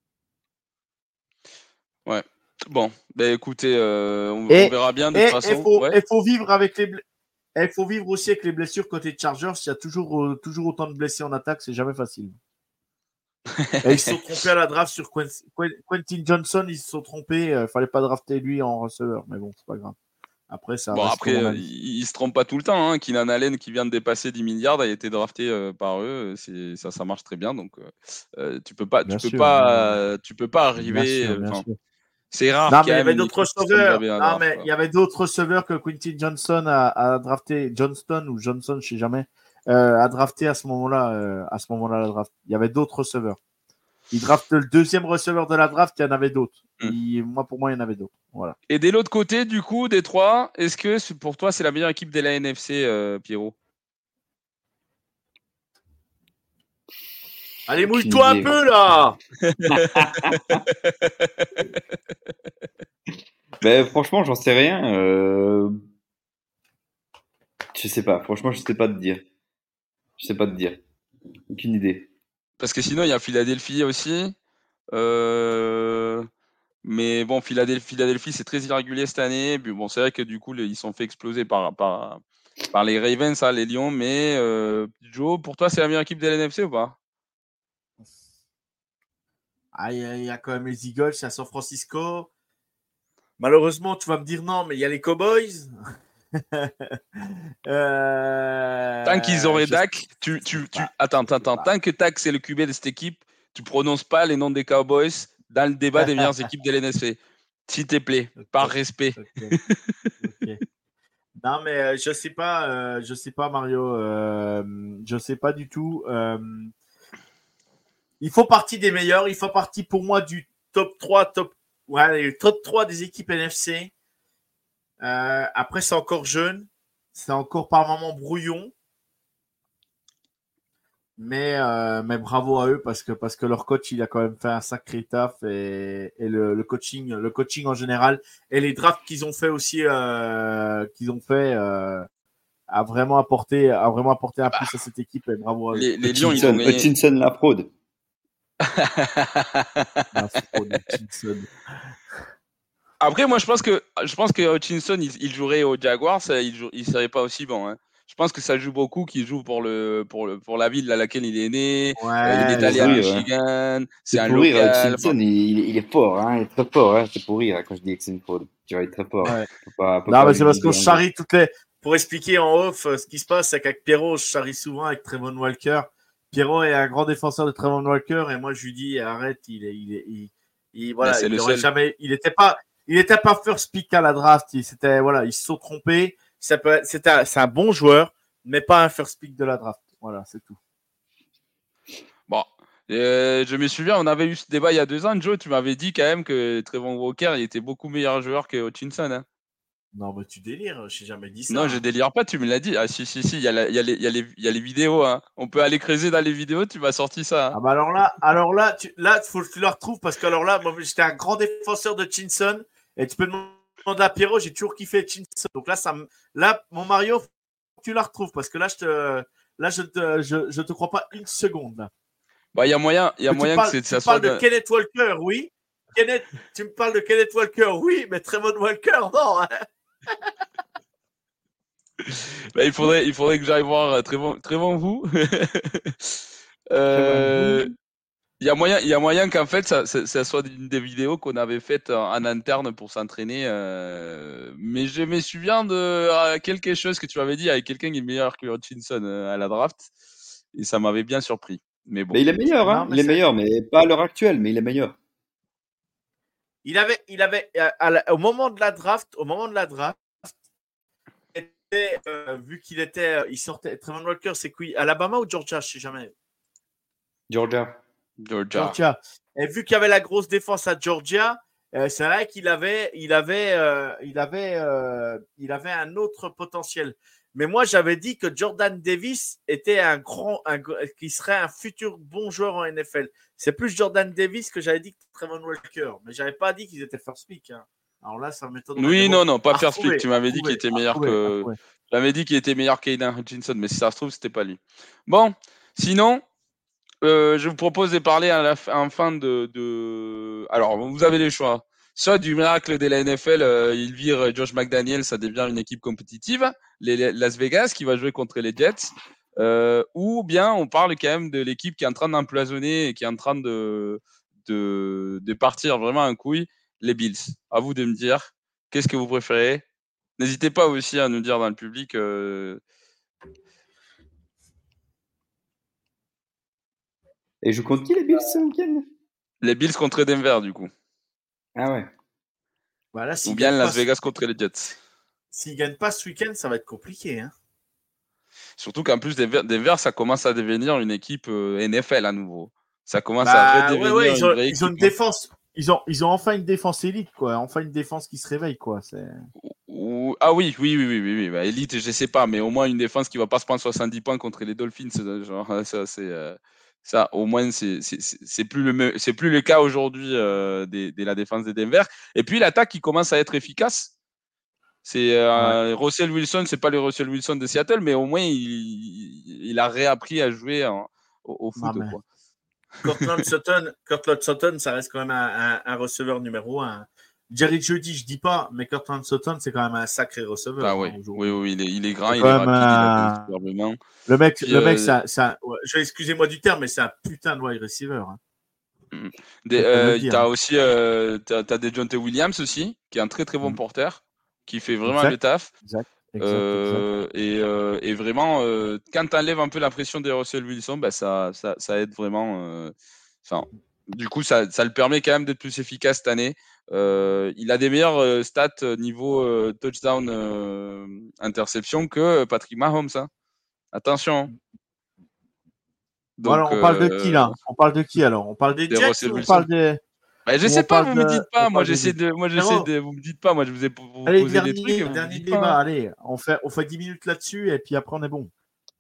Ouais. Bon, ben écoutez, euh, on, et, on verra bien de et, toute façon. Il faut, ouais. faut vivre avec les. Il faut vivre aussi avec les blessures côté Chargers. Il y a toujours, euh, toujours autant de blessés en attaque, c'est jamais facile. Et ils se sont trompés à la draft sur Quentin Johnson, ils se sont trompés. Il euh, fallait pas drafter lui en receveur, mais bon, c'est pas grave. Après, ça bon, après, euh, ils ne se trompent pas tout le temps. Hein. Keenan Allen, qui vient de dépasser dix milliards, a été drafté euh, par eux. C'est, ça, ça marche très bien. Donc, euh, tu peux pas, tu peux sûr, pas, euh, tu peux pas arriver. Bien sûr, bien sûr. C'est rare. Non, mais il y avait d'autres receveurs. Non, mais il y avait d'autres receveurs que Quentin Johnson a, a drafté. Johnston ou Johnson, je sais jamais, euh, a drafté à ce moment-là. Euh, à ce moment-là, la draft. Il y avait d'autres receveurs. Il drafte le deuxième receveur de la draft, il y en avait d'autres. Mm. Il, moi, pour moi, il y en avait d'autres. Voilà. Et de l'autre côté, du coup, Détroit, est-ce que pour toi, c'est la meilleure équipe de la N F C, euh, Pierrot? Allez, mouille-toi un peu, là. Ben, franchement, j'en sais rien. Euh... Je sais pas. Franchement, je sais pas te dire. Je sais pas te dire. Aucune idée. Parce que sinon, il y a Philadelphie aussi. Euh... Mais bon, Philadelphie, Philadelphie c'est très irrégulier cette année. Puis bon, c'est vrai que du coup, les, ils sont fait exploser par, par, par les Ravens, hein, les Lions. Mais euh, Joe, pour toi, c'est la meilleure équipe de la N F C ou pas? Ah, il y, y a quand même les Eagles, il y a San Francisco. Malheureusement, tu vas me dire non, mais il y a les Cowboys. euh... Tant qu'ils auraient je... Dak, tu, tu, tu... attends, attends, tant que Dak c'est le Q B de cette équipe, tu prononces pas les noms des Cowboys dans le débat des meilleures équipes de l'N F C. S'il te plaît, okay. Par respect. Okay. Okay. Non, mais euh, je sais pas, euh, je sais pas, Mario. Euh, je sais pas du tout. Euh, il faut partie des meilleurs. Il faut partie pour moi du top trois, top, ouais, top trois des équipes N F C. Euh, après, c'est encore jeune. C'est encore par moments brouillon. Mais, euh, mais bravo à eux parce que, parce que leur coach, il a quand même fait un sacré taf et, et le, le coaching, le coaching en général et les drafts qu'ils ont fait aussi, euh, qu'ils ont fait, euh, a vraiment apporté, a vraiment apporté un plus à cette équipe et bravo à eux. Les, les Lions, ils ont gagné. Hutchinson, la fraude. La fraude, Hutchinson. Après, moi, je pense que, je pense que Hutchinson, il, il jouerait aux Jaguars, il, jou, il serait pas aussi bon, hein. Je pense que ça joue beaucoup qu'il joue pour le pour le pour la ville à laquelle il est né. Ouais, euh, il est allé à Michigan. Ouais. C'est, c'est un local. Rire, Hutchinson, enfin... il, il est fort, hein, il est très fort. Hein, c'est pour rire hein, quand je dis que c'est une fraude. Tu vois, il est très fort. Ouais. Faut pas, faut non, pas mais c'est parce qu'on charrie toutes les pour expliquer en off euh, ce qui se passe, c'est qu'avec Pierrot, je charrie souvent avec Trevon Walker. Pierrot est un grand défenseur de Trevon Walker et moi je lui dis arrête, il est, il est, il, il- voilà, c'est il le aurait seul. jamais, il n'était pas, il était pas first pick à la draft. Il c'était voilà, ils se sont trompés. Ça peut, c'est un, c'est un bon joueur, mais pas un first pick de la draft. Voilà, c'est tout. Bon, euh, je me souviens, on avait eu ce débat il y a deux ans. Joe, tu m'avais dit quand même que Trevon Walker il était beaucoup meilleur joueur que Hutchinson. Hein. Non, mais tu délires, je n'ai jamais dit ça. Non, je hein. délire pas, tu me l'as dit. Ah si, si, si, il y, a la- il y, a les- il y, a les- il y a les vidéos. Hein. On peut aller creuser dans les vidéos, tu m'as sorti ça. Hein. Ah bah alors là, alors là, tu, là, faut que tu la retrouves parce que alors là, moi, j'étais un grand défenseur de Chinson et tu peux demander à Pierrot, j'ai toujours kiffé Chinson. Donc là, ça, me- là, mon Mario, faut que tu la retrouves parce que là, je te, là, je te, je, je te crois pas une seconde. Là. Bah, il y a moyen, il y a Mais tu moyen parles, que c'est- tu ça soit. parles de d'un- Kenneth Walker, oui. Kenneth, tu me parles de Kenneth Walker, oui, mais Trevon Walker, non. hein. Bah, il faudrait, il faudrait que j'aille voir euh, Trevon, Trevon vous. Euh, Il y a moyen, il y a moyen qu'en fait, ça, ça, ça soit une des vidéos qu'on avait faites en, en interne pour s'entraîner. euh, Mais je me souviens de euh, quelque chose que tu avais dit avec quelqu'un qui est meilleur que Hutchinson euh, à la draft. Et ça m'avait bien surpris. Mais bon. Mais il est meilleur, hein. Non, mais Il est c'est- meilleur, mais pas à l'heure actuelle, mais il est meilleur. Il avait, il avait, à- à la- au moment de la draft, au moment de la draft, il était, euh, vu qu'il était, euh, il sortait. Trevon Walker, c'est qui? Alabama ou Georgia? Je sais jamais. Georgia. Georgia. Georgia. Et vu qu'il y avait la grosse défense à Georgia, euh, c'est vrai qu'il avait, il avait, euh, il avait, euh, il avait un autre potentiel. Mais moi, j'avais dit que Jordan Davis était un grand, un, qui serait un futur bon joueur en N F L. C'est plus Jordan Davis que j'avais dit que Trevon Walker. Mais j'avais pas dit qu'ils étaient first pick. Hein. Alors là, ça m'étonne. Oui, non, non, pas à first retrouver, pick. Tu m'avais à dit qu'il retrouver, était à meilleur retrouver, à que. retrouver. Tu m'avais dit qu'il était meilleur qu'Aiden Hutchinson, mais si ça se trouve, c'était pas lui. Bon, sinon, euh, je vous propose de parler à la f- en fin de, de. Alors, vous avez les choix. Soit du miracle de la N F L, euh, il vire Josh McDaniels, ça devient une équipe compétitive, les, les Las Vegas qui va jouer contre les Jets, euh, ou bien on parle quand même de l'équipe qui est en train d'empoisonner et qui est en train de, de, de partir vraiment un couille, les Bills. À vous de me dire, qu'est-ce que vous préférez? N'hésitez pas aussi à nous dire dans le public. Euh... Et je compte qui les Bills ce week-end? Les Bills contre Denver, du coup. Ah ouais. Voilà, Ou bien Las Vegas contre les Jets. S'ils ne gagnent pas ce week-end, ça va être compliqué. Hein. Surtout qu'en plus, Denver, Denver, ça commence à devenir une équipe euh, N F L à nouveau. Ça commence Bah, à ouais, redevenir ouais, ils, une ont, vraie ils ont une équipe. hein. défense. Ils ont, ils ont enfin une défense élite, quoi. Enfin une défense qui se réveille, quoi. C'est... Ou- Ah oui, oui, oui, oui, oui, oui. Bah, élite, je sais pas, mais au moins une défense qui va pas se prendre soixante-dix points contre les Dolphins, c'est- genre, ça, c'est euh, ça. Au moins, c'est c'est c'est- c'est plus le me- c'est plus le cas aujourd'hui euh, des- de la défense des Denver. Et puis l'attaque qui commence à être efficace. C'est euh, Russell Wilson, c'est pas le Russell Wilson de Seattle, mais au moins il, il a réappris à jouer en- au, au foot. Non, mais- quoi. Cortland Sutton, Cortland Sutton, ça reste quand même un, un, un receveur numéro un. Jerry Jeudy, je dis pas, mais Cortland Sutton, c'est quand même un sacré receveur. Ah hein, oui, aujourd'hui. oui, oui, il est, il est grand, C'est il est quand rapide, même il a un- des superbement. Le mec, Puis, le mec, euh, c'est un, c'est un- ouais, je- excusez-moi du terme, mais c'est un putain de wide receiver. Hein. Des, Faut le euh, dire, t'as hein. aussi euh, t'as, t'as des Dejounte Williams aussi, qui est un très très bon Mm. porteur, qui fait vraiment Exact. le taf. Exact. Exact, Euh, et, euh, et vraiment, euh, quand tu enlèves un peu la pression de Russell Wilson, bah, ça, ça, ça aide vraiment. euh, Enfin, du coup, ça, ça le permet quand même d'être plus efficace cette année. Euh, il a des meilleures euh, stats euh, niveau euh, touchdown euh, interception que Patrick Mahomes. Hein. Attention. hein. Bon, alors, Donc, on parle de euh, qui là On parle de qui alors On parle des des Jets Russell ou on Wilson. parle des. bah, je Ou sais on pas, parle vous me de- dites on pas. Moi, parle des- j'essaie de, moi, j'essaie Frérot. de, vous me dites pas. Moi, je vous ai vous Allez, posé des dernier, trucs. et vous me dernier dites débat, pas, hein. allez, on fait, on fait dix minutes là-dessus et puis après on est bon.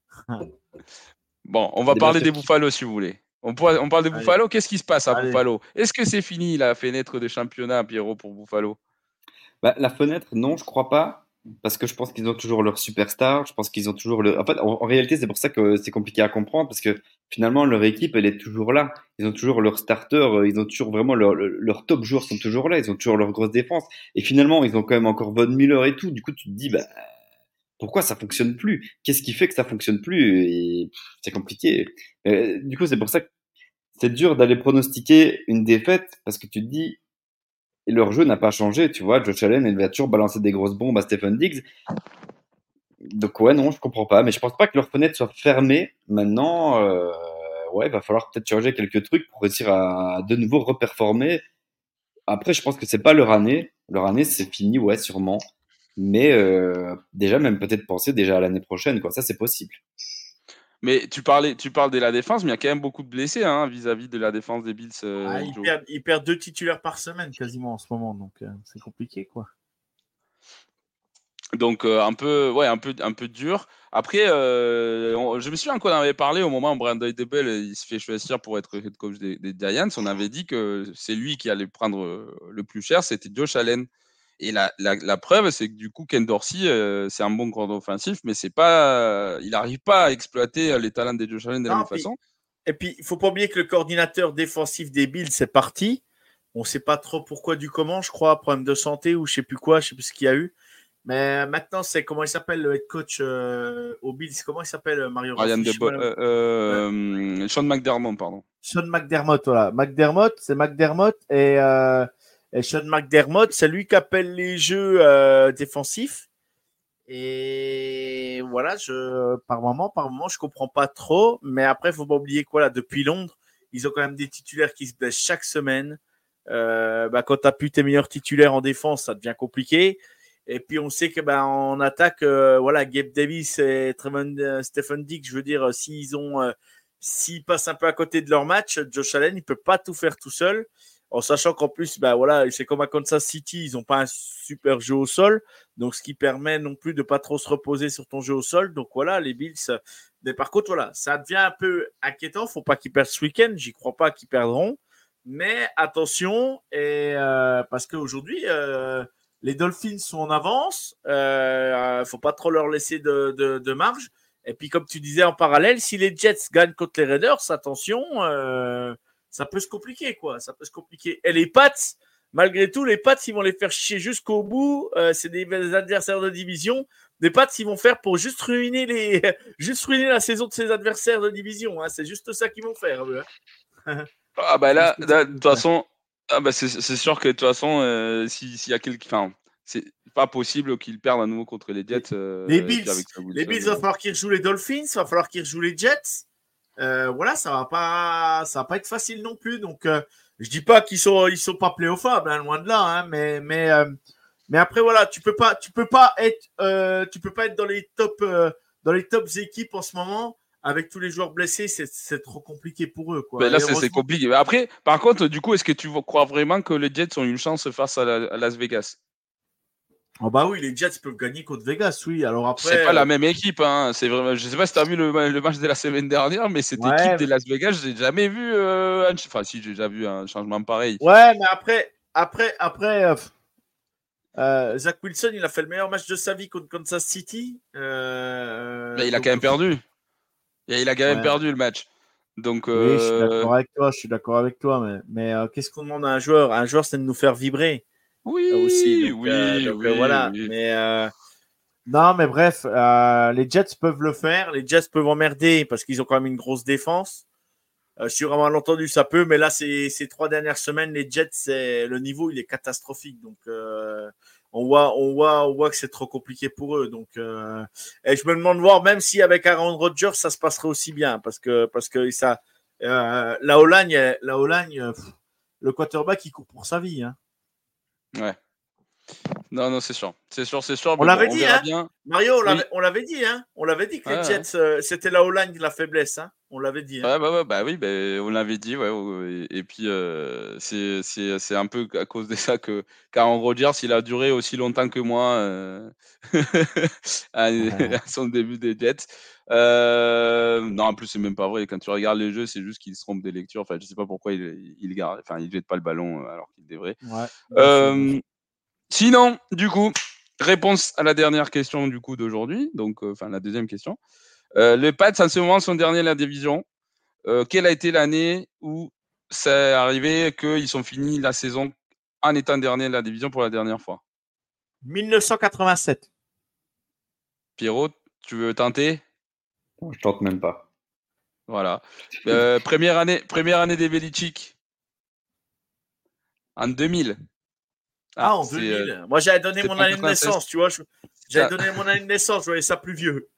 Bon, on va Débat parler des sur qui Buffalo si vous voulez. On, pourra- on parle de Allez. Buffalo. Qu'est-ce qui se passe à Allez. Buffalo? Est-ce que c'est fini la fenêtre de championnat, Pierrot, pour Buffalo? Bah, la fenêtre, non, je crois pas. Parce que je pense qu'ils ont toujours leur superstar. Je pense qu'ils ont toujours le. En fait, en, en réalité, c'est pour ça que c'est compliqué à comprendre. Parce que finalement, leur équipe, elle est toujours là. Ils ont toujours leur starter. euh, Ils ont toujours vraiment leur, leur, leurs top joueurs sont toujours là. Ils ont toujours leur grosse défense. Et finalement, ils ont quand même encore Von Miller et tout. Du coup, tu te dis, bah, pourquoi ça fonctionne plus? Qu'est-ce qui fait que ça fonctionne plus? Et pff, c'est compliqué. Euh, du coup, c'est pour ça que c'est dur d'aller pronostiquer une défaite. Parce que tu te dis, et leur jeu n'a pas changé, tu vois. Josh Allen, il va toujours balancer des grosses bombes à Stephen Diggs. donc ouais, non, je comprends pas. Mais je pense pas que leur fenêtre soit fermée. Maintenant, euh, ouais, il va falloir peut-être changer quelques trucs pour réussir à de nouveau reperformer. Après, je pense que c'est pas leur année. Leur année, c'est fini, ouais, sûrement. Mais euh, déjà, même peut-être penser déjà à l'année prochaine, quoi. Ça, c'est possible. Mais tu parlais, tu parles de la défense, mais il y a quand même beaucoup de blessés hein, vis-à-vis de la défense des Bills. Euh, Ah, ils, Joe. perdent, ils perdent deux titulaires par semaine quasiment en ce moment, donc euh, c'est compliqué, quoi. Donc euh, un peu, ouais, un peu, un peu dur. Après, euh, on, je me souviens qu'on avait parlé au moment où Brandon Debel il se fait choisir pour être head coach des, des Giants. On avait dit que c'est lui qui allait prendre le plus cher, c'était Josh Allen. Et la, la, la preuve, c'est que du coup, Ken Dorsey, euh, c'est un bon coordinateur offensif, mais c'est pas, il n'arrive pas à exploiter les talents de Josh Allen de la Non, même puis, façon. et puis, il faut pas oublier que le coordinateur défensif des Bills c'est parti. On ne sait pas trop pourquoi du comment, je crois, problème de santé ou je sais plus quoi, je sais plus ce qu'il y a eu. Mais maintenant, c'est comment il s'appelle le head coach euh, aux Bills. Comment il s'appelle Mario Ryan Raffiche, de Bo- euh, euh, Sean McDermott, pardon. Sean McDermott, voilà. McDermott, c'est McDermott et, euh, et Sean McDermott, c'est lui qui appelle les jeux euh, défensifs. Et voilà, je, par moment, par moment, je comprends pas trop. Mais après, il faut pas oublier que voilà, depuis Londres, ils ont quand même des titulaires qui se blessent chaque semaine. Euh, bah, quand tu n'as plus tes meilleurs titulaires en défense, ça devient compliqué. Et puis on sait que bah, en attaque, euh, voilà, Gabe Davis et Trevon, euh, Stephen Dick, je veux dire, s'ils ont, euh, s'ils passent un peu à côté de leur match, Josh Allen, il peut pas tout faire tout seul. En sachant qu'en plus, bah voilà, c'est comme à Kansas City, ils n'ont pas un super jeu au sol, donc ce qui permet non plus de pas trop se reposer sur ton jeu au sol. Donc voilà, les Bills. Mais par contre, voilà, ça devient un peu inquiétant. Faut pas qu'ils perdent ce week-end. J'y crois pas qu'ils perdront. Mais attention, et euh, parce qu'aujourd'hui, euh, les Dolphins sont en avance. Il euh, ne faut pas trop leur laisser de, de, de marge. Et puis, comme tu disais en parallèle, si les Jets gagnent contre les Raiders, attention, euh, ça peut se compliquer, quoi. Ça peut se compliquer. Et les Pats, malgré tout, les Pats, ils vont les faire chier jusqu'au bout. Euh, c'est des, des adversaires de division. Des Pats, ils vont faire pour juste ruiner, les, juste ruiner la saison de ses adversaires de division. Hein. C'est juste ça qu'ils vont faire. Hein. Ah bah là, là de toute façon, ah bah c'est, c'est sûr que de toute façon, euh, s'il si y a quelqu'un, enfin, c'est pas possible qu'ils perdent à nouveau contre les Jets. Euh, les Bills, avec les Bills, il va falloir qu'ils rejouent les Dolphins, il va falloir qu'ils rejouent les Jets. Euh, voilà, ça va pas, ça va pas être facile non plus. Donc, euh, je dis pas qu'ils sont, ils sont pas playoffables, hein, loin de là, hein, mais, mais, euh, mais après voilà, tu peux pas, tu peux pas être, euh, tu peux pas être dans les top, euh, dans les tops équipes en ce moment. Avec tous les joueurs blessés, c'est, c'est trop compliqué pour eux. Quoi. Ben là, c'est, c'est compliqué. Après, par contre, du coup, est-ce que tu crois vraiment que les Jets ont une chance face à, la, à Las Vegas? Oh bah oui, les Jets peuvent gagner contre Vegas, oui. Alors après, c'est pas euh... la même équipe. Hein. C'est vraiment... Je sais pas si tu as vu le, le match de la semaine dernière, mais cette ouais. équipe des Las Vegas, j'ai jamais vu. Euh... Enfin, si, j'ai déjà vu un changement pareil. Ouais, mais après, après, après. Euh... Euh, Zach Wilson, il a fait le meilleur match de sa vie contre Kansas City. Euh, mais il a donc... quand même perdu. Et il a quand même ouais. perdu le match. Donc, oui, euh... je suis d'accord avec toi. Je suis d'accord avec toi. Mais, mais euh, qu'est-ce qu'on demande à un joueur? Un joueur, c'est de nous faire vibrer. Oui, aussi. Donc, oui, euh, donc oui, euh, voilà. oui. Mais euh... non, mais bref, euh, les Jets peuvent le faire. Les Jets peuvent emmerder parce qu'ils ont quand même une grosse défense. Euh, sur un malentendu, ça peut, mais là, ces, ces trois dernières semaines, les Jets, c'est, le niveau, il est catastrophique. Donc, euh, on voit, on voit, on voit que c'est trop compliqué pour eux. Donc, euh, et je me demande de voir, même si avec Aaron Rodgers, ça se passerait aussi bien, parce que, parce que ça, euh, la Hollande, la Hollande, le quarterback, il court pour sa vie. Hein. Ouais. Non, non, c'est sûr. C'est sûr, c'est sûr. On l'avait bon, dit, on hein bien. Mario, on, oui. l'avait, on l'avait dit, hein on l'avait dit que ouais, les Jets, ouais. euh, c'était la Hollande la faiblesse, hein on l'avait dit. Hein ouais, bah, ouais, bah oui, bah, on l'avait dit, ouais. ouais et, et puis, euh, c'est, c'est, c'est un peu à cause de ça que Aaron Rodgers, il a duré aussi longtemps que moi euh, à, ouais. à son début des Jets. Euh, non, en plus, c'est même pas vrai. Quand tu regardes les jeux, c'est juste qu'il se trompe des lectures. Enfin, je sais pas pourquoi il, il garde, enfin, il jette pas le ballon alors qu'il devrait. Ouais, euh, Sinon, du coup, réponse à la dernière question du coup d'aujourd'hui, donc enfin euh, la deuxième question. Euh, les Pats en ce moment sont derniers de la division. Euh, quelle a été l'année où c'est arrivé qu'ils sont finis la saison en étant dernier de la division pour la dernière fois? dix-neuf cent quatre-vingt-sept. Pierrot, tu veux tenter? Non, je tente même pas. Voilà. Euh, première année, première année des Belichick. En deux mille. Ah, en c'est, deux mille. euh, Moi, j'avais donné c'est mon pas année de quatre-vingt-seize. naissance, tu vois. je- J'avais Ça- donné mon année de naissance, je voyais ça plus vieux.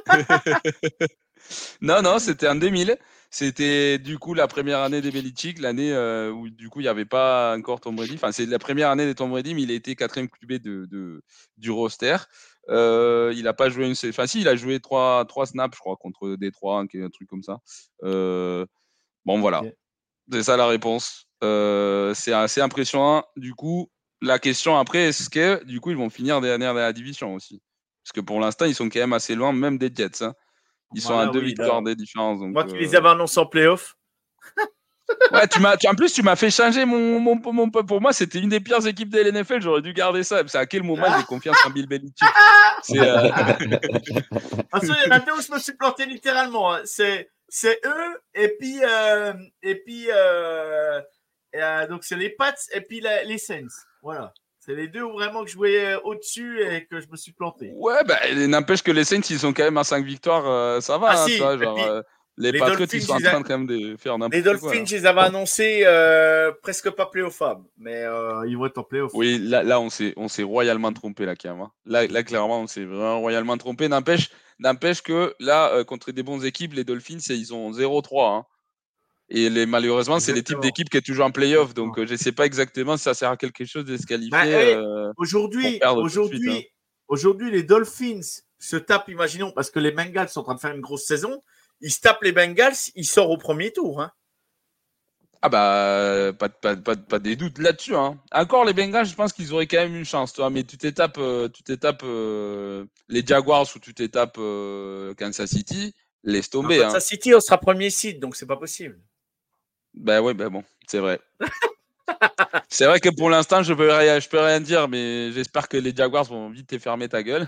Non, non, c'était en deux mille. C'était du coup la première année des Belichick, l'année euh, où du coup il n'y avait pas encore Tom Brady. Enfin, c'est la première année de Tom Brady, mais il a été quatrième Q B de, de- du roster. Euh, il n'a pas joué une. Enfin, si, il a joué trois, trois snaps, je crois, contre Détroit, un, un truc comme ça. Euh, bon, voilà. Ok. C'est ça la réponse. Euh, c'est assez impressionnant. Du coup, la question après, est-ce que du coup ils vont finir dernière de la division aussi? Parce que pour l'instant, ils sont quand même assez loin, même des Jets. Hein. Ils sont à Voilà, deux oui, victoires là. des différences. Donc, Moi qui les euh, avais annoncés en playoff. ouais, tu m'as, tu- en plus, tu m'as fait changer mon, mon, mon, pour moi, c'était une des pires équipes de l'N F L. J'aurais dû garder ça. C'est à quel moment j'ai confiance en Bill Belichick. C'est, euh, Parce qu'il y en a deux où je me suis planté littéralement. hein. C'est, c'est eux, et puis, euh, et puis euh, et, euh, donc c'est les Pats et puis la- les Saints. Voilà. C'est les deux où vraiment que je voyais au-dessus et que je me suis planté. ouais, bah, n'empêche que les Saints, ils sont quand même à cinq victoires. euh, ça va, Ah hein, si, tu vois. et Genre, puis, euh, les, les Patriots, Dolphins, ils sont en ils a- train quand même de faire Les n'importe Dolphins, quoi. là. je les avais annoncés euh, presque pas playoffables. Mais euh, Euh, ils vont être en playoff. Oui, là, là on s'est, on s'est royalement trompé, là, quand même. hein. Là, là, clairement, on s'est vraiment royalement trompé. N'empêche, n'empêche que là, euh, contre des bonnes équipes, les Dolphins, ils ont zéro trois. Hein. Et les, malheureusement, c'est les types Exactement. d'équipes qui est toujours en playoff. Exactement. Donc, euh, je ne sais pas exactement si ça sert à quelque chose de se Bah, qualifier hey, euh, pour aujourd'hui, perdre tout de suite. aujourd'hui, Hein. aujourd'hui, les Dolphins se tapent, imaginons, parce que les Bengals sont en train de faire une grosse saison, ils se tapent les Bengals, ils sortent au premier tour. Hein. Ah bah, pas, de- pas, de- pas, de- pas des doutes là-dessus. Hein. Encore les Bengals, je pense qu'ils auraient quand même une chance. Toi, mais tu t'étapes, euh, tu t'étapes euh, les Jaguars ou tu t'étapes euh, Kansas City, laisse En tomber. Hein. Kansas City, on sera premier seed, donc c'est pas possible. Ben ouais, ben bon, c'est vrai. C'est vrai que pour l'instant, je peux rien, je peux rien dire, mais j'espère que les Jaguars vont vite te fermer ta gueule.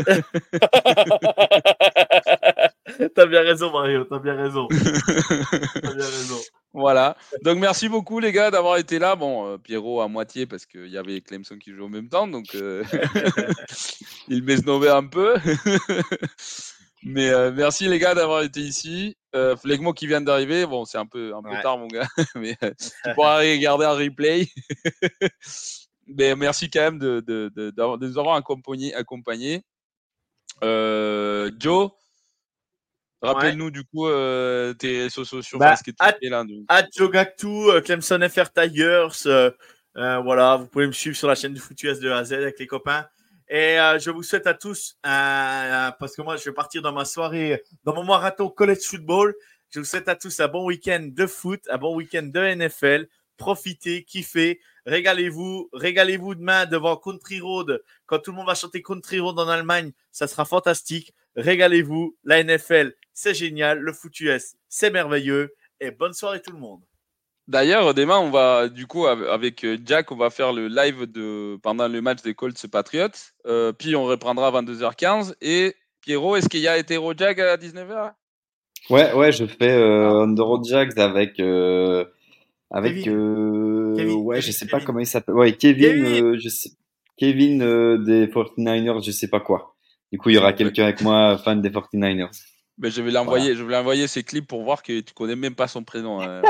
T'as bien raison, Mario, t'as bien raison. T'as bien raison. Voilà. Donc merci beaucoup les gars d'avoir été là. Bon, euh, Pierrot à moitié parce qu'il y avait Clemson qui jouait en même temps, donc euh, il m'esnobait un peu. Mais euh, merci les gars d'avoir été ici. Euh, Flegmo qui vient d'arriver, bon c'est un peu un peu Ouais. tard mon gars, mais euh, tu pourras regarder un replay. Mais merci quand même de, de, de, de nous avoir accompagnés. accompagnés. Euh, Joe, rappelle-nous ouais. du coup euh, tes réseaux sociaux, bah, ce que tu at, fais là. Donc. At Joe Gactou, euh, Clemson F R Tigers, euh, euh, voilà, vous pouvez me suivre sur la chaîne du Foutu S de A à Z avec les copains. Et euh, je vous souhaite à tous, euh, parce que moi je vais partir dans ma soirée, dans mon marathon college football, je vous souhaite à tous un bon week-end de foot, un bon week-end de N F L. Profitez, kiffez, régalez-vous, régalez-vous demain devant Country Road. Quand tout le monde va chanter Country Road en Allemagne, ça sera fantastique. Régalez-vous, la N F L, c'est génial, le foot U S, c'est merveilleux. Et bonne soirée tout le monde. D'ailleurs, demain, on va, du coup, avec Jack, on va faire le live de, pendant le match des Colts Patriots. Euh, puis on reprendra à vingt-deux heures quinze. Et Pierrot, est-ce qu'il y a Hétéro Jack à dix-neuf heures? Ouais, ouais, je fais euh, Underworld Jack avec. Euh, avec. Kevin. Euh, Kevin, ouais, Kevin, je sais Kevin. pas comment il s'appelle. Ouais, Kevin, Kevin, euh, je sais, Kevin euh, des forty-niners, je sais pas quoi. Du coup, il y aura quelqu'un avec moi, fan des forty-niners. Ben, je vais l'envoyer, voilà. je vais l'envoyer ces clips pour voir que tu connais même pas son prénom. Hein,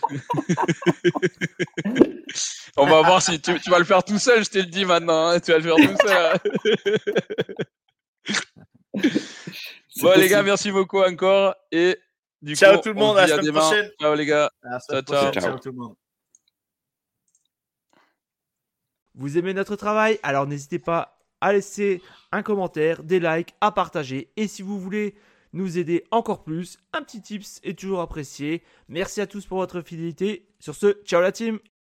on va voir si tu, tu vas le faire tout seul, je te le dis maintenant. Hein, tu vas le faire tout seul. Bon possible. Les gars, merci beaucoup encore et du ciao coup, tout le monde, à la semaine demain. prochaine. Ciao les gars. Ciao, ciao. Ciao tout le monde. Vous aimez notre travail? Alors n'hésitez pas à laisser un commentaire, des likes, à partager. Et si vous voulez nous aider encore plus, un petit tips est toujours apprécié. Merci à tous pour votre fidélité. Sur ce, ciao la team!